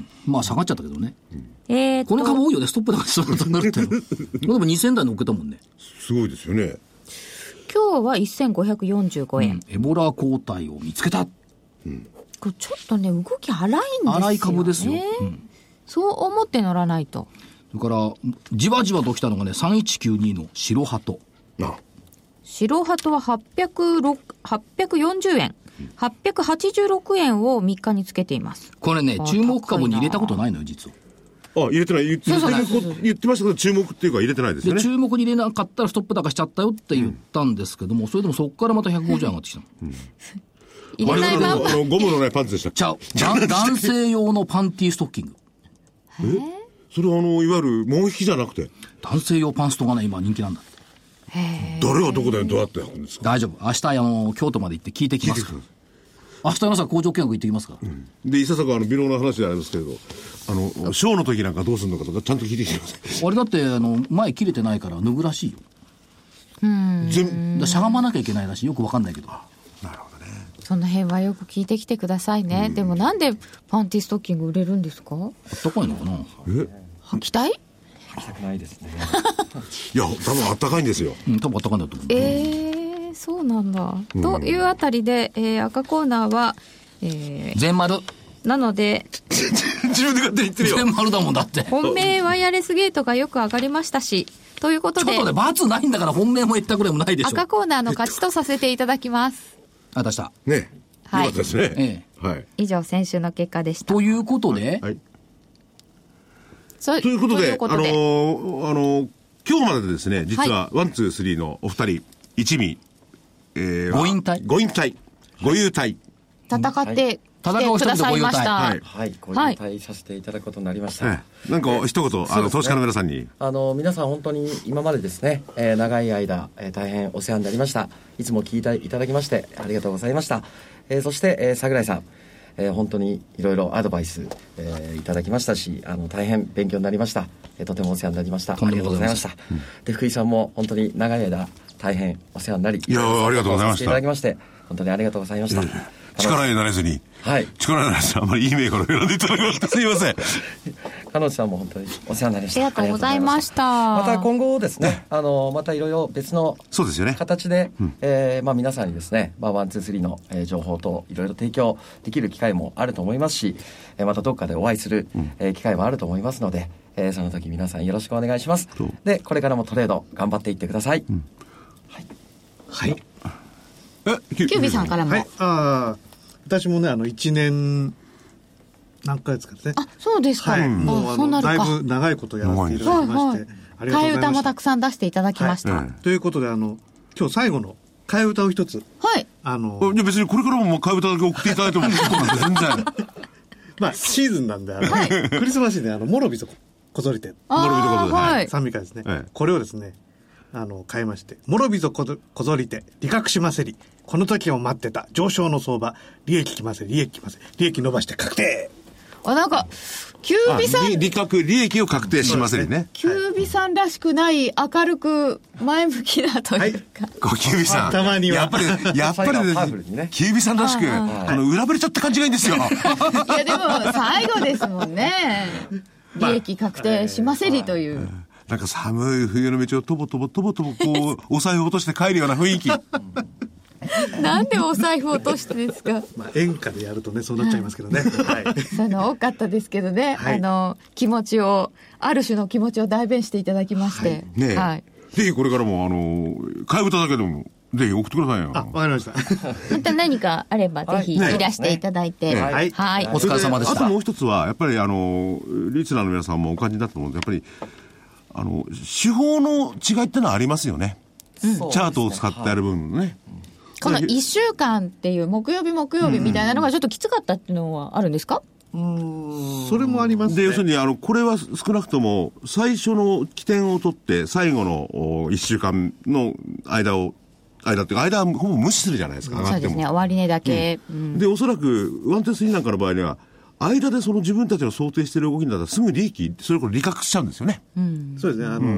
A: まあ下がっちゃったけどね。うん、
D: えー、
A: この株多いよね、ストップ高しそうなことになるって。これでもにせん台乗っけたもんね。
E: すごいですよね。
D: 今日はせんごひゃくよんじゅうごえん。うん、
A: エボラ抗体を見つけた。うん、
D: これちょっとね、動き荒いんですよね。
A: 荒い株ですよ。うん、
D: そう思って乗らないと。
A: それから、じわじわと来たのがね、さんいちきゅうにの白鳩。
E: あ
D: 白鳩ははっぴゃくよんじゅうえん。はっぴゃくはちじゅうろくえんをみっかにつけています。
A: これね、注目株に入れたことないのよ、実は。
E: あ、入れてない。言って、言ってましたけど、注目っていうか入れてないですよね。
A: 注目に入れなかったらストップ高しちゃったよって言ったんですけども、うん、それでもそこからまたひゃくごじゅうえん上がってきたの。うん、
D: 入れないまま。
E: あの、ゴムのないパンツでしたっけ？
A: ちゃう。男性用のパンティーストッキング。
E: えそれはあの、いわゆる、もう引きじゃなくて。
A: 男性用パンストがね、今人気なんだって。
E: 誰がどこでどうやって履くんですか？
A: 大丈夫。明日、あの、京都まで行って聞いてきますから。明日の朝工場見学行ってきますから。うん、
E: で、いささかあの、微妙な話でありますけれど、あの、ショーの時なんかどうするのかとか、ちゃんと聞いてきてください。
A: あれだって、あの、前切れてないから脱ぐらしいよ。
D: うん。
A: 全部。しゃがまなきゃいけないらしい。よくわかんないけど。
E: なるほどね。
D: その辺はよく聞いてきてくださいね。でもなんでパンティストッキング売れるんですか？
A: あったかいのかな？
E: え
D: 履きたい？
G: 履きたくないですね。
E: いや、多分あったかいんですよ。
A: うん、多分あったかいんだと思う。
D: えー、そうなんだ。うん、というあたりで、えー、赤コーナーは、えー、
A: 全丸。
D: なので、
E: 自分で勝手に言ってるよ。
A: 全丸だもんだって。
D: 本命ワイヤレスゲートがよく上がりましたし、ということで。
A: ちょっとね、罰ないんだから本命も言ったくらいもないでしょ。
D: 赤コーナーの勝ちとさせていただきます。
A: あ、出した。
E: ね。
D: はい。
E: よかったですね。
A: え
E: え。はい。
D: 以上、先週の結果でした。
A: ということで、
E: はい。
D: そ
E: ということで、
D: ということで
E: あのー、あのー、今日まででですね、実は、ワン、ツー、スリーのお二人、一味、えー、
A: ご引退。
E: ご引退。ご優退。
D: 戦って、
A: 戦う
D: くださいました。
E: はい。
G: はい。ご引退させていただくことになりました。
E: はい、なんか、一言、あの、投資家の皆さんに。
G: あの、皆さん本当に今までですね、えー、長い間、えー、大変お世話になりました。いつも聞いていただきまして、ありがとうございました。えー、そして、えー、櫻井さん。えー、本当にいろいろアドバイス、えー、いただきましたし、あの大変勉強になりました、えー、とてもお世話になりました。ありがとうございました、うん、で福井さんも本当に長い間大変お世話になり、
E: いやありがとうございました。
G: いただきまして本当にありがとうございました、え
E: ー、力になれずに、
G: はい、
E: 力になれずにあんまりいい銘柄を選んでいただきましたすいません
G: 彼女さんも本当にお世話になりました。
D: ありがとうございました。
G: また今後ですね、あのまたいろいろ別の形で、うん、えー、まあ、皆さんにですね、まあ、ワン、ツー、スリーの、えー、情報といろいろ提供できる機会もあると思いますし、えー、またどっかでお会いする、うん、えー、機会もあると思いますので、えー、その時皆さんよろしくお願いします。でこれからもトレード頑張っていってください。うん、はい、
A: はい、
D: えキュービーさんからも、
F: はい、あ私もねあのいちねん何ヶ月かですね。
D: あ、そうですか。
F: はい、もうあのだいぶ長いことやらせていただきまして、はいはい、ありがとうございました。
D: 替え歌もたくさん出していただきました。
F: はい、ということであの今日最後の替え歌を一つ。
D: はい。
F: あの
E: じゃ別にこれからも替え歌だけ送っていただいてもいいことなんで全然。
F: まあシーズンなんであの、はい、クリスマスであのモロビゾこぞりて、
E: モロビゾこぞりて、
F: はい、賛美歌ですね。はい、これをですねあの変えまして、モロビゾこぞりて利確しませり。この時を待ってた上昇の相場利益きませ利益きませ利益伸ばして確定。
D: あ、なんかキュービさん
E: 利確利益を確定しますね。
D: キュービさんらしくない明るく前向きなというか、
E: はい、キュービさん
F: たまには
E: やっぱりやっぱり、ね、キュービさんらしく、はいはい、あの裏ぶれちゃった感じがいいんですよ。い
D: やでも最後ですもんね。利益確定しませりという、まあ、
E: なんか寒い冬の道をとぼとぼとぼとぼこうお財布落として帰るような雰囲気。
D: なんでお財布落としてですか。
F: まあ演歌でやるとねそうなっちゃいますけどね。はい、
D: そういうの多かったですけどね、はい、あの気持ちをある種の気持ちを代弁していただきまして、はい、
E: ねえ、はい、ぜひこれからもあの替え歌だけでもぜひ送ってくださいよ。
F: あ、わかりました。
D: また何かあればぜひいらしていただいて、
E: はい、
D: はいはい、
A: お疲れ様でした。
E: あともう一つはやっぱりあのリスナーの皆さんもお感じになったと思うんで、やっぱりあの手法の違いってのはありますよね。うん、チャートを使ってやる分ね。はい、
D: このいっしゅうかんっていう木曜日木曜日みたいなのがちょっときつかったっていうのはあるんですか。
F: うーん、それもありますね。
E: で要するにあのこれは少なくとも最初の起点を取って最後のいっしゅうかんの間を間っていうか間はほぼ無視するじゃないですか。上がっても
D: そうですね、終値だけ、
E: うんうん、でおそらくワンテスリーなんかの場合には間でその自分たちの想定している動きになったらすぐ利益それこそ利確しちゃうんですよね。
F: うん、そうですね、あの、うん、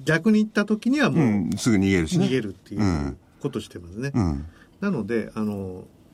F: 逆に言った時にはもう、うん、
E: すぐ逃げるしね、
F: 逃げるっていうことしてますね。うん、なのであの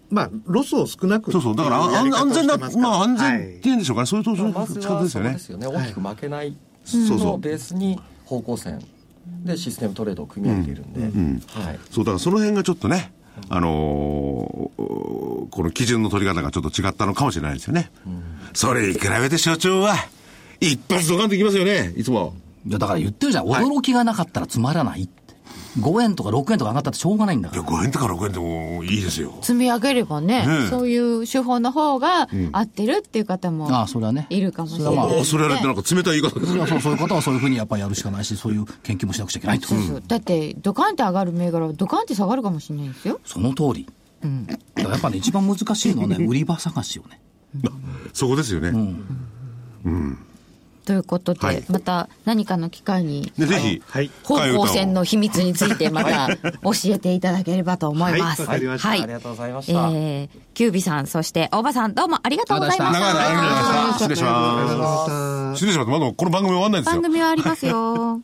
F: まあ、ロスを少なく。
E: そうそう。だから安安全な、まあ安全っていうんでしょうかね。そういう投資の
G: まず
E: 仕方
G: はそう
E: ですよね。
G: ですよね。大きく負けない
E: そうそう
G: のベースに方向線でシステムトレードを組み上げているんで、
E: うんうん
G: はい。
E: そう、だからその辺がちょっとね、あのー、この基準の取り方がちょっと違ったのかもしれないですよね。うん、それに比べて所長は、一発ドカンといきますよね、いつも。
A: いや、だから言ってるじゃん。驚きがなかったらつまらないって。ごえんとかろくえんとか上がったってしょうがないんだから。
E: いや、ごえんとかろくえんでもいいですよ。
D: 積み上げればね、
E: ね
D: そういう手法の方が合ってるっていう方も、
A: ああ、それはね。
D: いるかもしれない、
E: ああ、それやれってなんか冷たい言い方ですね。
A: そう、そういう方はそういうふうにやっぱりやるしかないし、そういう研究もしなくちゃいけないと。
D: そうそう。だって、ドカンって上がる銘柄はドカンって下がるかもしれないんですよ。
A: その通り。うん。だからやっぱね、一番難しいのはね、売り場探しをね。
E: そこですよね。うん。
D: うんということで、はい、また何かの機会に、
E: ね、ぜひ、
D: はい、方向線の秘密についてまた教えていただければと思います。
F: はい、わかりました。
G: はい、ありがとうございました。
D: えー、キュービさん、そして大場さん、どうもありがとうございました。
E: 長々ありがとうございました。失礼します。失礼します。まだこの番組終わんないですよ。
D: 番組はありますよ。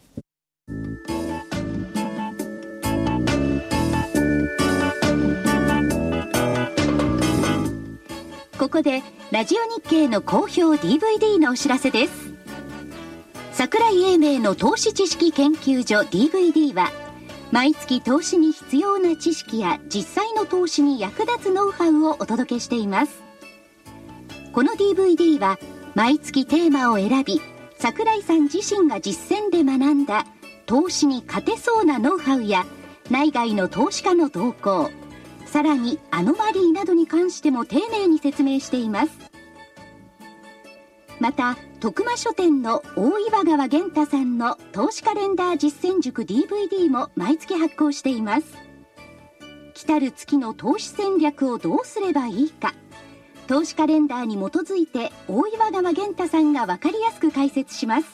B: ここでラジオ日経の好評 ディーブイディー のお知らせです。桜井英明の投資知識研究所 ディーブイディー は毎月投資に必要な知識や実際の投資に役立つノウハウをお届けしています。この ディーブイディー は毎月テーマを選び、桜井さん自身が実践で学んだ投資に勝てそうなノウハウや内外の投資家の動向、さらにアノマリーなどに関しても丁寧に説明しています。また徳間書店の大岩川源太さんの投資カレンダー実践塾 ディーブイディー も毎月発行しています。来たる月の投資戦略をどうすればいいか、投資カレンダーに基づいて大岩川源太さんが分かりやすく解説します。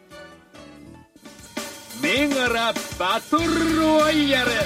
C: 銘柄バトルロワイヤル。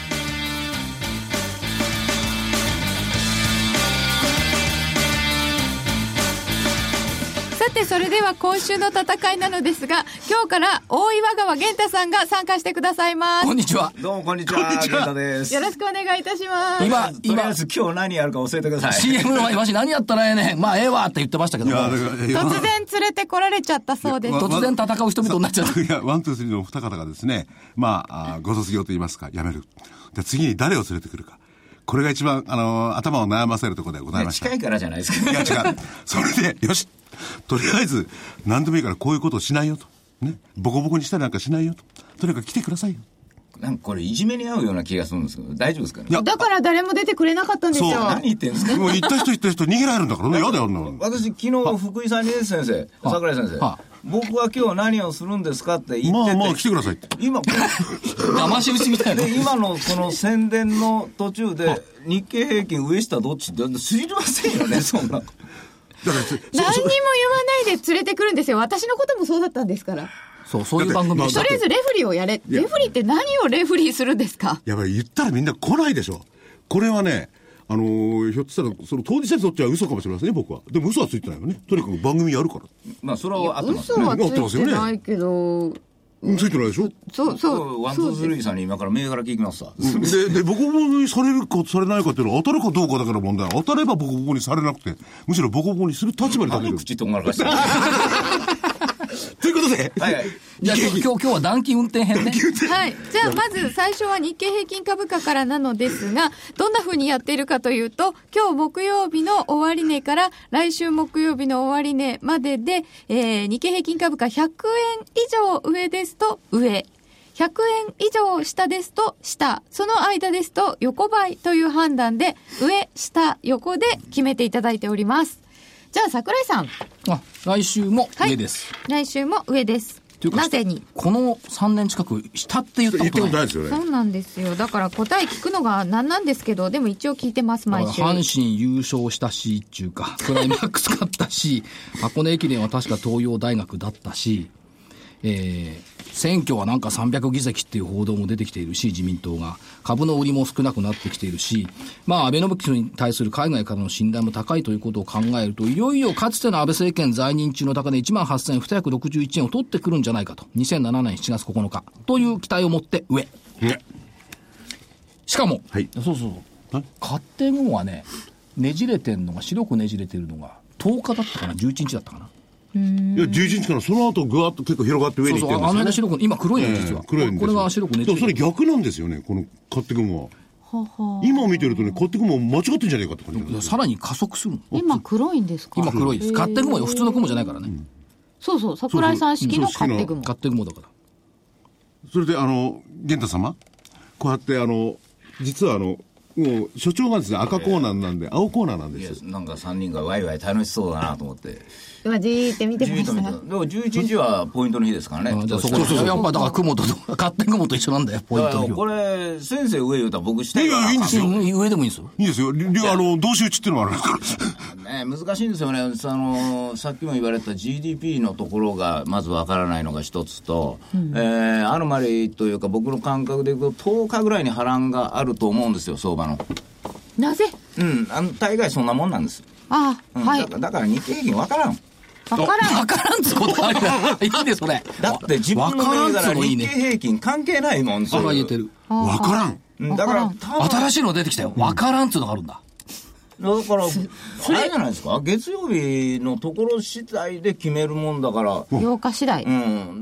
D: さて、それでは今週の戦いなのですが、今日から大岩川源太さんが参加してくださいます。
A: こんにちは。
H: どうもこんにちは。源太です。
D: よろしくお願いいたします。
A: 今、
H: 今、とりあえず今日何やるか教えてください。
A: シーエム の前、わし何やったらええねん。まあ、ええわって言ってましたけども。
D: 突然連れてこられちゃったそうです。
A: 突然戦う人々になっちゃった。
E: いや、ワン、ツー、スリーの二方がですね、まあ、あご卒業と言いますか、辞める。で、次に誰を連れてくるか。これが一番、あのー、頭を悩ませるところでございました。
H: 近いからじゃないですか。
E: いや、違う。それで、よし。とりあえず、何でもいいからこういうことをしないよと。ね。ボコボコにしたりなんかしないよと。とにかく来てくださいよ。
H: なんかこれいじめに合うような気がするんですけど、大丈夫ですかね。
D: いや、だから誰も出てくれなかったんですよ。
H: 何言ってんですか。
E: もう行った人行った人逃げられるんだからね。嫌だよ、の。
H: 私、昨日、福井さんに先生、桜井先生。僕は今日何をするんですかって言ってて、
E: まあまあ来てくださいって。
H: 今、
A: 騙し討ちみたいな。
H: で、今のこの宣伝の途中で、日経平均上下どっちって知りませんよね、そんな。
D: 何にも言わないで連れてくるんですよ。私のこともそうだったんですから。
A: そう、そういう番組で。
D: とりあえずレフリーをやれ。レフリーって何をレフリーするんですか。
E: やばい、言ったらみんな来ないでしょ。これはね、あのー、ひょっとしたら、その当事者にとっては嘘かもしれませんね、僕は。でも嘘はついてないよね。とにかく番組やるから。
H: まあ、それは合ってますね。
D: 嘘はついてないけど、
E: ついてないでしょ。
D: そうそう。
H: ワン、ツー、スリーさんに今から銘柄聞きますわ。
E: で、で、ボコボコにされるかされないかっていうのは当たるかどうかだから問題。当たればボコボコにされなくて、むしろボコボコにする立場に立てる。
H: 口とんがらかしてる。
E: ということで、
H: はいはい。
A: じゃあ今日、今日は暖気運転編ね。
D: はい。じゃあまず最初は日経平均株価からなのですが、どんな風にやっているかというと、今日木曜日の終値から来週木曜日の終値までで、えー、日経平均株価ひゃくえん以上上ですと上。ひゃくえん以上下ですと下、その間ですと横ばいという判断で上、下、横で決めていただいております。じゃあ桜井さん。
A: あ、来週も上です。
D: はい、来週も上です。なぜに
A: このさんねん近く下って言ったことない。
E: ないですよね。
D: そうなんですよ。だから答え聞くのがなんなんですけど、でも一応聞いてます、毎週。
A: 阪神優勝したしっていうか、クライマックス勝ったし、箱根駅伝は確か東洋大学だったし、えー、選挙はなんかさんびゃくぎせきっていう報道も出てきているし、自民党が株の売りも少なくなってきているし、まあアベノミクスに対する海外からの信頼も高いということを考えると、いよいよかつての安倍政権在任中の高値 いちまんはっせんにひゃくろくじゅういちえんを取ってくるんじゃないかと、にせんななねんしちがつここのかという期待を持って上、ね、しかも、はい、そうそう買って後はね、ねじれてんのが、白くねじれてるのが、とおかだったかな、じゅういちにちだったかな。
E: いや、じゅういちにちからその後ぐわっと結構広がって上に行ってるんですよ、ね。そうそう、あの辺白く、今黒いの実は。えー、黒いんですよ。
A: これが白くねじれてる。
E: それ逆なんですよね、この買ってくのは。はは今見てるとね、買ってくも間違ってんじゃねえかって感じなんですよ。
A: さらに加速するの。
D: 今黒いんですか？
A: 今黒いです。買ってくもよ、普通の雲じゃないからね。うん、
D: そうそう、桜井さん式の買ってくも。
A: 買ってくもだから。
E: それで、あの、玄太様、こうやって、あの、実はあの、もう所長がですね、赤コーナーなんで、青コーナーなんですよ。
H: なんかさんにんがワイワイ楽しそうだなと思って。
D: 今じーって見てました。
H: でもじゅういちにちはポイントの日ですからね。
A: じゃあそこそうそう、やっぱだから雲と、買って雲と一緒なんだよ、ポイントの日。
H: これ、先生上言うたら僕下。
E: いや、いいんですよ。
A: 上でもいいんですよ。
E: いいですよ。あの、同士打ちっていうのもあるんですか
H: ね、
E: ら。
H: 難しいんですよね。その、さっきも言われた ジーディーピー のところがまずわからないのが一つと、うん、えー、アノマリというか僕の感覚でいくととおかぐらいに波乱があると思うんですよ、相場の。
D: なぜ？
H: うん、あの大概そんなもんなんです。
D: ああ、うん、はい。
H: だ, だから日経平均わからん。
D: わからん。
A: わからんつことあるな。いいね、それ。
H: だって自分の銘柄日経平均関係ないもん、
A: それ。言えてる。
E: わからん。
H: だから、
A: 新しいの出てきたよ。わからんつうのがあるんだ。
H: だから、あれじゃないですか、月曜日のところ次第で決めるもんだから。
D: ようか次第。
H: うん。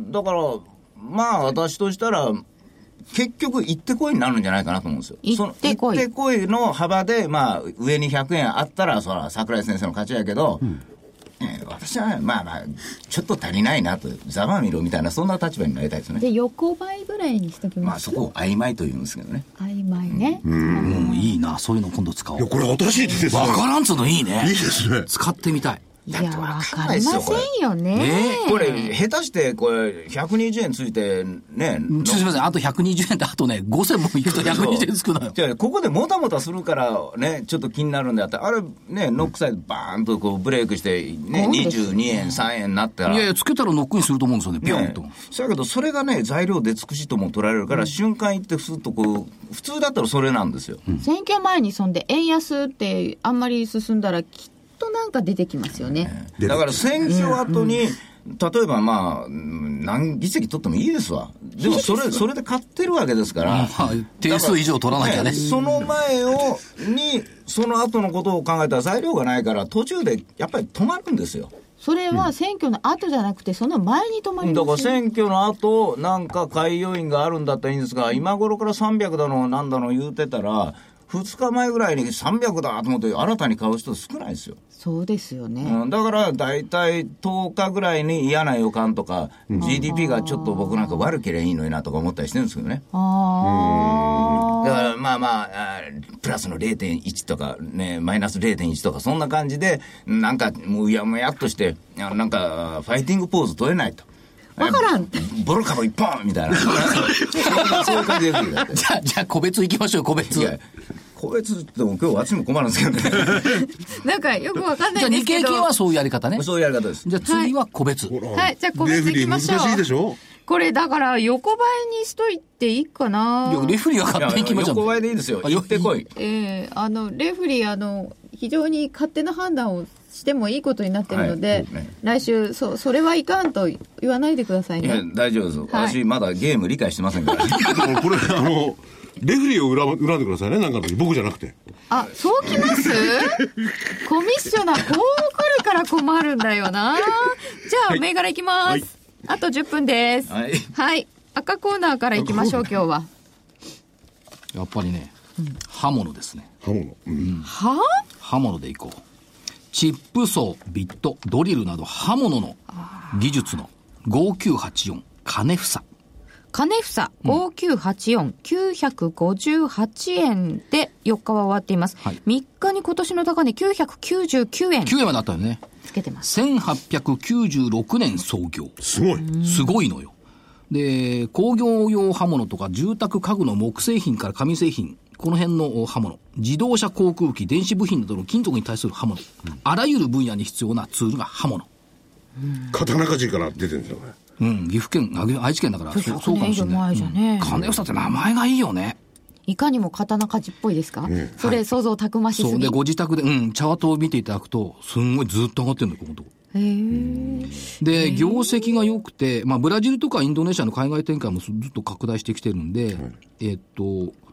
H: だから、まあ、私としたら、結局、行ってこいになるんじゃないかなと思うんですよ。
D: 行ってこい。
H: 行ってこいの幅で、まあ、上にひゃくえんあったら、そら、桜井先生の勝ちやけど、うん、えー、私は、まあまあ、ちょっと足りないなと、ざまみろみたいな、そんな立場になりたいですね。
D: で、横ばいぐらいにしときます。
H: まあ、そこを曖昧と言うんですけどね。
D: 曖昧ね。
A: うん。うん、いいな、そういうの今度使おう。
E: いや、これ新しいですね。
A: わからんつうのいいね。
E: いいですね。
A: 使ってみたい。
D: いや、わかりませんよね。
H: ねこれ、下手して、これ、ひゃくにじゅうえんついて、ね。
A: すみません、あとひゃくにじゅうえんで、あとね、ごせんもいくとひゃくにじゅうえんつくのよ。
H: じゃあ、ここでもたもたするから、ね、ちょっと気になるんであって、あれ、ね、ノックサイドバーンとこうブレイクして、ね、にじゅうにえん、さんえんになったら。
A: いやいや、つけたらノックインすると思うんですよね、ピョンと。
H: そうやけど、それがね、材料で尽くしとも取られるから、うん、瞬間行って、ふっとこう、普通だったらそれなんですよ。
D: うん、選挙前にそんで、円安ってあんまり進んだら、きっとなんか出てきますよね。
H: だから選挙後に、うん、例えばまあ何議席取ってもいいですわ。でもそれそれで勝ってるわけですから、
A: まあ、定数以上取らなきゃね。
H: その前をにその後のことを考えたら材料がないから途中でやっぱり止まるんですよ。
D: それは選挙の後じゃなくてその前に止まります、ね、
H: だから選挙の後なんか買い要因があるんだったらいいんですが、今頃からさんびゃくだのなんだの言うてたらふつかまえぐらいにさんびゃくだと思って新たに買う人少ないですよ。
D: そうですよね、
H: うん、だから大体とおかぐらいに嫌な予感とか、うん、ジーディーピー がちょっと僕なんか悪ければいいのになとか思ったりしてるんですけどね。あだからまあまあプラスの れいてんいち とかねマイナス れいてんいち とかそんな感じでなんかもうやもやっとしてなんかファイティングポーズ取れないと
D: わからん
H: ボロカボ一本みたいなそういう感じでじゃ
A: あじゃあ個別いきましょう。個別。いや
H: 個別でも今日私も困るんですけどね
D: なんかよくわかんないんですけど。
A: じゃあ日経系はそういうやり方ね。
H: そういうやり方です。
A: じゃあ次は個別。
D: はい、はい、じゃあ個別いきましょう。
E: 難しいでしょ
D: これだから横ばいにしといていいかな。
A: いやレフリーは勝手に決めちゃう。
H: 横ばいでいいですよ。行ってこい。
D: ええー、あのレフリーあの非常に勝手な判断をしてもいいことになってるので、はいね、来週 そ, それはいかんと言わないでくださいね。
H: いや大丈夫です、はい、私まだゲーム理解してませんから
E: これあのレフリーを恨んでくださいね。なんかの時僕じゃなくて。
D: あ、そうきますコミッショナーこう来るから困るんだよな。じゃあ、はい、銘柄いきます、はい、あとじゅっぷんです。はい、はい、赤コーナーからいきましょう。今日は
A: やっぱりね、うん、刃物ですね。
E: 刃物、うん、
D: は
A: 刃物でいこう。チップソー、ビット、ドリルなど刃物の技術のごきゅうはちよん金房。
D: 金房ごきゅうはちよん、うん、きゅうひゃくごじゅうはちえんでよっかは終わっています、はい、みっかに今年の高値きゅうひゃくきゅうじゅうきゅうえん
A: きゅうえんまであったよね。
D: つけてます。
A: せんはっぴゃくきゅうじゅうろくねん創業。
E: すごい
A: すごいのよ。で工業用刃物とか住宅家具の木製品から紙製品、この辺の刃物、自動車航空機電子部品などの金属に対する刃物、うん、あらゆる分野に必要なツールが刃物。
E: 刀鍛冶から出てるんですよね。
A: うん、岐阜県、愛知県だからそう、そうかもしれない。
D: じゃね、
A: うん、金房って名前がいいよね。
D: いかにも刀鍛冶っぽいですか、うん、それ、はい、想像たくましすぎ。
A: そうでご自宅で、うん、チャートを見ていただくとすんごいずっと上がってるんだよこのとこ。
D: へー。
A: で業績が良くて、まあ、ブラジルとかインドネシアの海外展開もずっと拡大してきてるんで、うん、えっと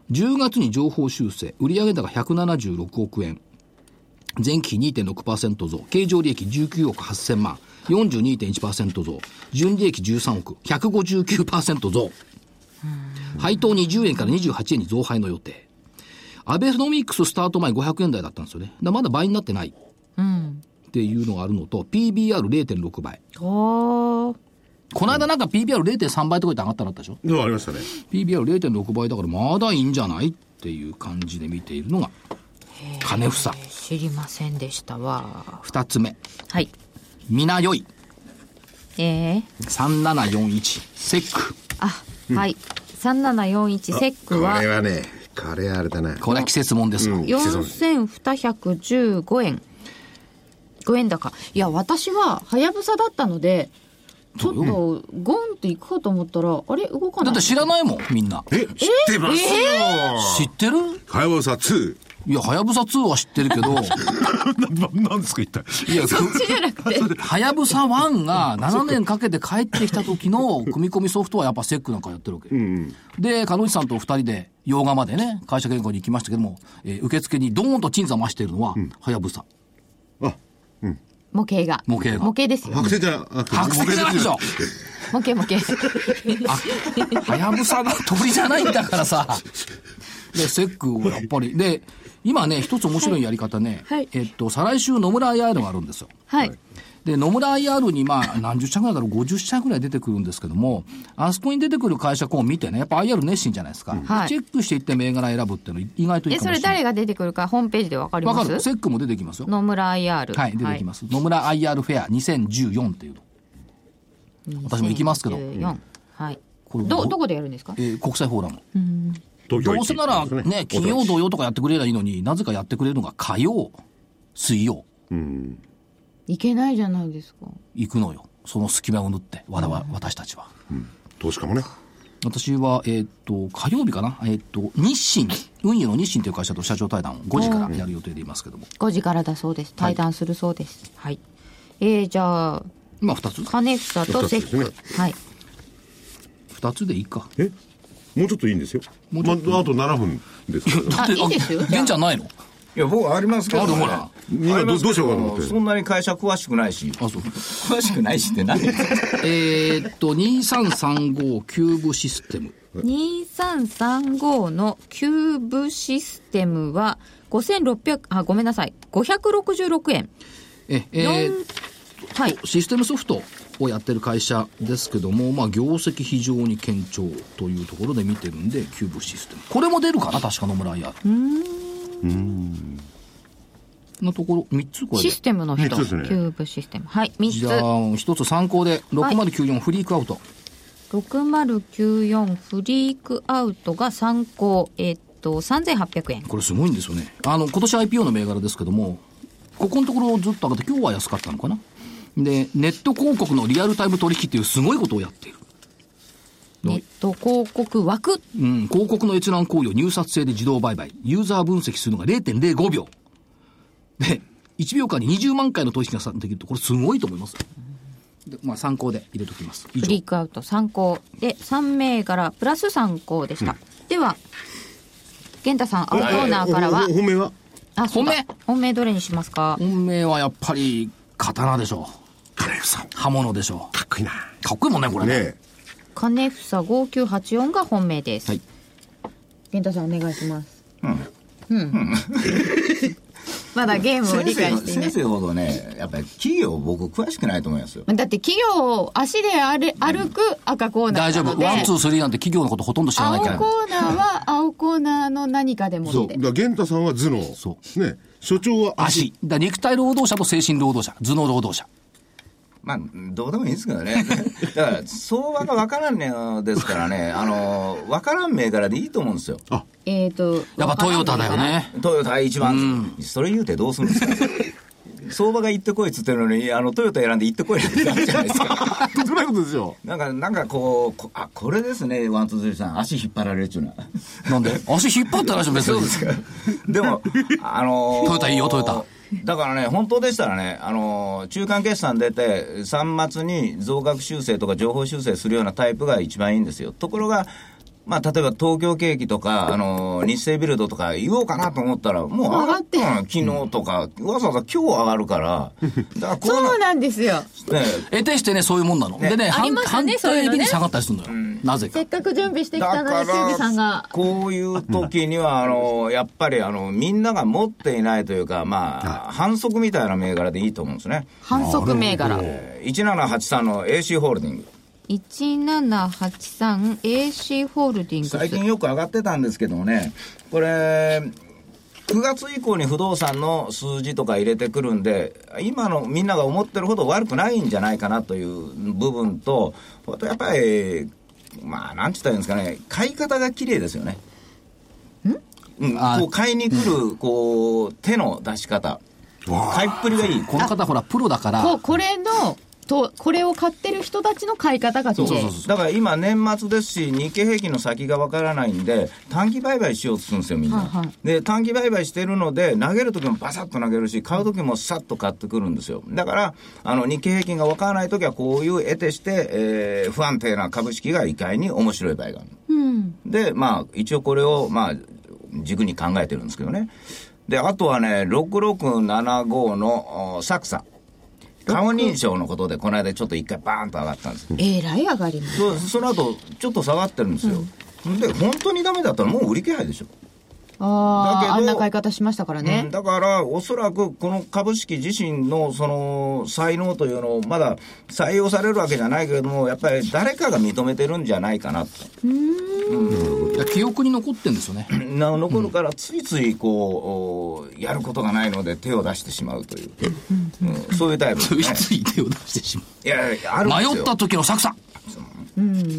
A: じゅうがつに上方修正、売上高ひゃくななじゅうろくおくえん、前期比 にてんろくパーセント 増、経常利益じゅうきゅうおくはっせんまん、よんじゅうにてんいちパーセント 増、純利益じゅうさんおく、ひゃくごじゅうきゅうパーセント 増、配当にじゅうえんからにじゅうはちえんに増配の予定。アベノミクススタート前ごひゃくえん台だったんですよね。だからまだ倍になってない、うん、っていうのがあるのと、 ピービーアールれいてんろく 倍。
D: お
A: この間なんか ピービーアールれいてんさん 倍とか言って上がったのあったでしょ。
E: でもありましたね。
A: ピービーアールれいてんろく 倍だからまだいいんじゃないっていう感じで見ているのが金房。
D: 知りませんでしたわ。
A: 二つ目、
D: はい、
A: みなよい
D: えー、
A: さんななよんいちセック。
D: あ、うん、はい、さんななよんいちセックは
E: これはね、これあれだな、
A: これは季節もんですよ、うん、
D: よんせんにひゃくじゅうごえんごえん高。いや私ははやぶさだったのでちょっとゴンっていくかと思ったら、あれ動かない。
A: だって知らないもんみんな。
E: え、知ってますよ、
A: えー、知ってる？
E: はやぶさツー。
A: いや、はやぶさツーは知ってるけど
E: 何ですか一体。
D: いや、そっちじゃなくて
A: はやぶさワンがななねんかけて帰ってきた時の組み込みソフトはやっぱセックなんかやってるわけ、うんうん、で鹿野内さんとふたりで洋画までね会社健康に行きましたけども、えー、受付にドーンと鎮座増しているのははやぶさ。
E: あ、うん、
D: 模型が
A: 模型が
D: 模型ですよ。
E: 白星じゃ
A: 白星じゃないでしょ
D: 模型模型
A: はやぶさの鳥じゃないんだからさ。でセックをやっぱりで今ね一つ面白いやり方ね、はい、えっと再来週野村 アイアール があるんですよ。
D: はい。
A: で野村 アイアール にまあ何十社ぐらいだろうごじゅっ社ぐらい出てくるんですけども、あそこに出てくる会社こう見てねやっぱ アイアール 熱心じゃないですか、うん、はい、チェックしていって銘柄選ぶっていうの意外といいかもしれない。
D: えそれ誰が出てくるかホームページで分かります？
A: 分かる。セックも出てきますよ。
D: 野村 アイアール
A: はい出てきます、はい、野村 アイアール フェアにせんじゅうよんっていうの私も行きますけど、
D: にせんじゅうよん、はい、これ ど, どこでやるんですか？
A: えー、国際フォーラム。
D: うん、
A: どうせならね金曜土曜とかやってくれればいいのになぜかやってくれるのが火曜水曜、うん、
D: いけないじゃないですか。
A: 行くのよその隙間を縫って我々、うん、私たちは、
E: うん、投資家もね。
A: 私はえー、っと火曜日かな、えー、っと日清運輸の日清という会社と社長対談をごじからやる予定でいますけども、
D: ごじからだそうです。対談するそうです。はい、はい、えー、じゃあ
A: 今ふたつ
D: 金房とセック、ね、はい
A: ふたつでいいか。
E: えもうちょっといいんですよ。もうちょっと、まあ、あとななふんですけど。
D: あ、いいですよ。
A: 現じゃないの？
H: いや僕ありますけど、ね、
A: あるほら
E: みんな ど, どうしようかと思って。
H: そんなに会社詳しくないし。
A: あ、そう
H: 詳しくないしって何？
A: えーっとにさんさんごキューブシステム
D: にさんさんごのキューブシステムはごせんろっぴゃくあごめんなさいごひゃくろくじゅうろくえん。
A: ええーはい、システムソフトをやってる会社ですけども、まあ、業績非常に堅調というところで見てるんでキューブシステムこれも出るかな確か野村 アイアール。うーんのところみっつこれで
D: システムの人、ね、キューブシステムはいみっつ。
A: じゃあひとつ参考でろくまるきゅうよん、はい、フリークアウト
D: ろくまるきゅうよんフリークアウトが参考えー、っとさんぜんはっぴゃくえん。
A: これすごいんですよね。あの今年 アイピーオー の銘柄ですけどもここのところずっと上がって今日は安かったのかな。でネット広告のリアルタイム取引っていうすごいことをやっている。
D: ネット広告枠、
A: うん、広告の閲覧行為を入札制で自動売買ユーザー分析するのが れいてんれいごびょうでいちびょうかんににじゅうまんかいの取引ができるとこれすごいと思います。で、まあ、参考で入れときます。
D: フリークアウト参考でさん銘柄プラス参考でした、うん、では源太さん青コーナーからは
E: 本命は
D: あ本命本命どれにしますか？
A: 本命はやっぱり刀でしょう。
E: 金房
A: 刃物でしょう。
E: かっこいいな。
A: かっこいいもんねこれね。
D: 金房ごきゅうはちよんが本命です。はい。源太さんお願いします。うん。うん。まだゲームを理解していない。
H: 先生ほどねやっぱり企業僕詳しくないと思いますよ。
D: だって企業を足で歩く赤コーナー
A: 大丈夫ワンツースリーなんて企業のことほとんど知らないから。
D: 青コーナーは青コーナーの何かでもって。
E: そうだから源太さんは頭脳そうね所長は足
A: だ肉体労働者と精神労働者頭脳労働者
H: まあどうでもいいんですけどねだから相場が分からんねですからねあの分からん銘柄でいいと思うんですよ。
D: あえーと
A: やっぱトヨタだよね。
H: トヨタ一番、うん、それ言うてどうするんですか相場が行ってこいっつってるのにあのトヨタ選んで行ってこいってダメじゃないですか
E: とんでもないことですよ。
H: なんかなんかこうこあこれですねワンツースリーさん足引っ張られるっちゅうのは
A: なんで足引っ張ったらしょ別に。
H: そうですかでもあのー、
A: トヨタいいよトヨタ
H: だからね本当でしたらね、あのー、中間決算出てさん末に増額修正とか情報修正するようなタイプが一番いいんですよ。ところがまあ、例えば東京景気とか、あのー、日清ビルドとか言おうかなと思ったら、もう上がって昨日とか、うん、わざわざ今日上がるから、
D: だからこうそうなんですよ。
A: ね、得てしてね、そういうもんなの。ね、でね、
D: ありますよね、そういうのね。
A: 反対日に下がったりするのよ。うん、なぜか。
D: せっかく準備してきたのに、キュービさんが。
H: こういう時には、あのー、やっぱり、あの、みんなが持っていないというか、まあ、反則みたいな銘柄でいいと思うんですね。
D: 反則銘柄。
H: いちななはちさんの エーシー ホールディング。
D: いちななはちさん エーシー ホールディングス。
H: 最近よく上がってたんですけどもね、これくがつ以降に不動産の数字とか入れてくるんで、今のみんなが思ってるほど悪くないんじゃないかなという部分と、あとやっぱりまあなんて言ったらいいんですかね、買い方が綺麗ですよね。ん、うん、こう買いに来るこう手の出し方、買いっぷりがいい。
A: この方ほらプロだから。
D: こ, これのとこれを買ってる人たちの買い方が綺麗。
H: そうそうそう。だから今年末ですし、日経平均の先がわからないんで短期売買しようとするんですよみんな、はいはい、で短期売買してるので投げるときもバサッと投げるし、買うときもさっと買ってくるんですよ。だからあの日経平均がわからないときはこういう得てして、えー、不安定な株式が意外に面白い場合がある、うん、でまあ一応これをまあ軸に考えてるんですけどね。であとはねろくろくななごのサクサ、顔認証のことでこの間ちょっと一回バーンと上がったんです。
D: えらい上がります。
H: そ, その後ちょっと下がってるんですよ、うん、で本当にダメだったらもう売り気配でしょ。
D: ああ、あんな買い方しましたからね、
H: うん、だからおそらくこの株式自身のその才能というのをまだ採用されるわけじゃないけれども、やっぱり誰かが認めてるんじゃないかなと。うーん、
A: うん、いや記憶に残ってるんですよね。
H: な残るからついついこう、うん、やることがないので手を出してしまうという、うんうん、そういうタイプですね。
A: ついつい手を出してしまう。
H: いやあるんですよ。
A: 迷った時の作戦。
D: うん、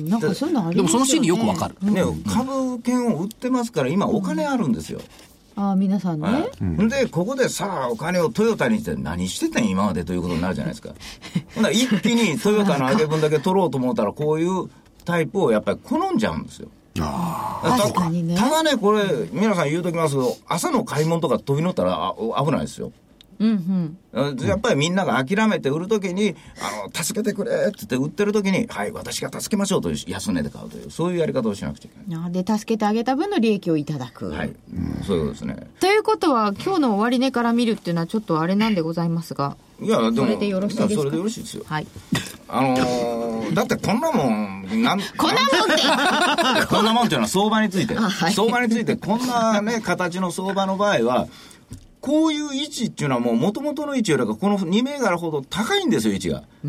D: なんかそういうのありますよね。
A: でもその心理よくわかる、
H: ね、株券を売ってますから今お金あるんですよ、
D: うん、ああ皆さんね、
H: はい、うん、でここでさあお金をトヨタにして何してたん今までということになるじゃないですか。ほんなら一気にトヨタの上げ分だけ取ろうと思ったらこういうタイプをやっぱり好んじゃうんですよ。あ
D: 確かにね。
H: ただねこれ皆さん言うときますけど、朝の買い物とか飛び乗ったらあ危ないですよ。うんうん、やっぱりみんなが諦めて売るときにあの助けてくれって言って売ってるときにはい私が助けましょうという安値で買うというそういうやり方をしなくちゃいけない。
D: で助けてあげた分の利益をいただく、
H: はい、うん、そういうことですね。
D: ということは今日の終値から見るっていうのはちょっとあれなんでございますが、
H: いやでも
D: それでよろしいですか。
H: それでよろしいですよ。
D: はい、
H: あのー、だってこんなもんなん
D: こんなもんって
H: こんなもんっていうのは相場について、
D: はい、
H: 相場についてこんなね形の相場の場合はこういう位置っていうのはもう元々の位置よりかこのに銘柄ほど高いんですよ位置が、うん、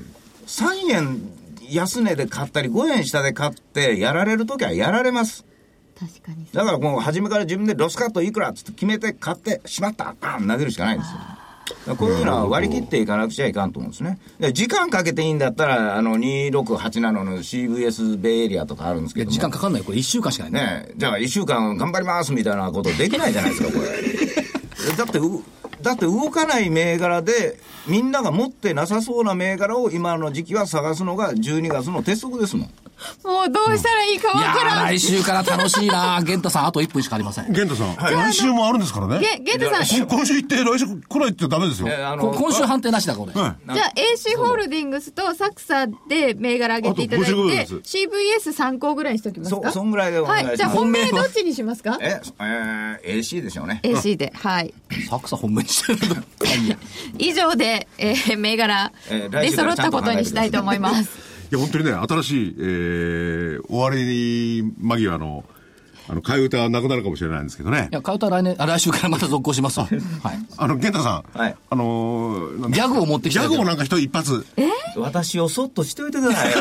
H: さんえん安値で買ったりごえん下で買ってやられるときはやられます。
D: 確かに
H: だからもう初めから自分でロスカットいくらっつって決めて買ってしまったバン投げるしかないんですよ。こういうのは割り切っていかなくちゃいかんと思うんですね。で時間かけていいんだったらあのにろくはちななの シーブイエス ベイエリアとかあるんですけども、
A: 時間かかんないよこれいっしゅうかんしかない
H: ね, ねじゃあいっしゅうかん頑張りますみたいなことできないじゃないですかこれだってだって動かない銘柄でみんなが持ってなさそうな銘柄を今の時期は探すのがじゅうにがつの鉄則ですもん。
D: もうどうしたらいいかわからん、
A: うん、いや来週から楽しいな玄太さんあといっぷんしかありません。
E: 玄太さん、はい、来週もあるんですからね。
D: 玄太さん
E: 今週行って来週来ないってダメですよ。
A: あの今週判定なしだこれ、
E: はい、
D: じゃあ エーシー ホールディングスとサクサで銘柄上げていただいて シーブイエス参考ぐらいにしときますか。
H: そ, そんぐらいでお願いします。
D: はい、じゃあ本命どっちにしますか。
H: え、えー、エーシー でしょうね。
D: エーシー ではい
A: サクサ本命にしてるけど
D: 以上で、えー、銘柄で揃ったことにしたいと思います。
E: いや本当にね新しい、えー、終わり間際のあの替え歌はなくなるかもしれないんですけどね。
A: いや替え歌は来年あ来週からまた続行しますわ。はい。
E: あの玄太さん、
H: はい、
E: あのー、
A: ギャグを持ってきた。
E: ギャグをなんか一発。
D: え？
H: 私をそっとしておいてくださいよ。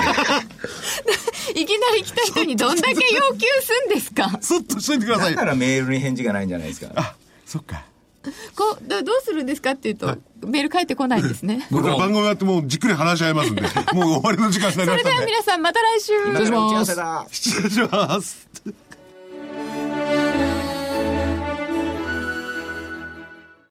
D: いきなり来た人にどんだけ要求すんですか。
E: そっとしておいてください。
H: だからメールに返事がないんじゃないですか。
E: あ、そっか。
D: こう ど, どうするんですかって言うと、はい、メール返ってこないんですね。
E: 僕ら番組やってもうじっくり話し合いますんでもう終わりの時間になりましたんで。
D: それでは皆さんまた来週。
A: 失礼します。
E: 失礼します。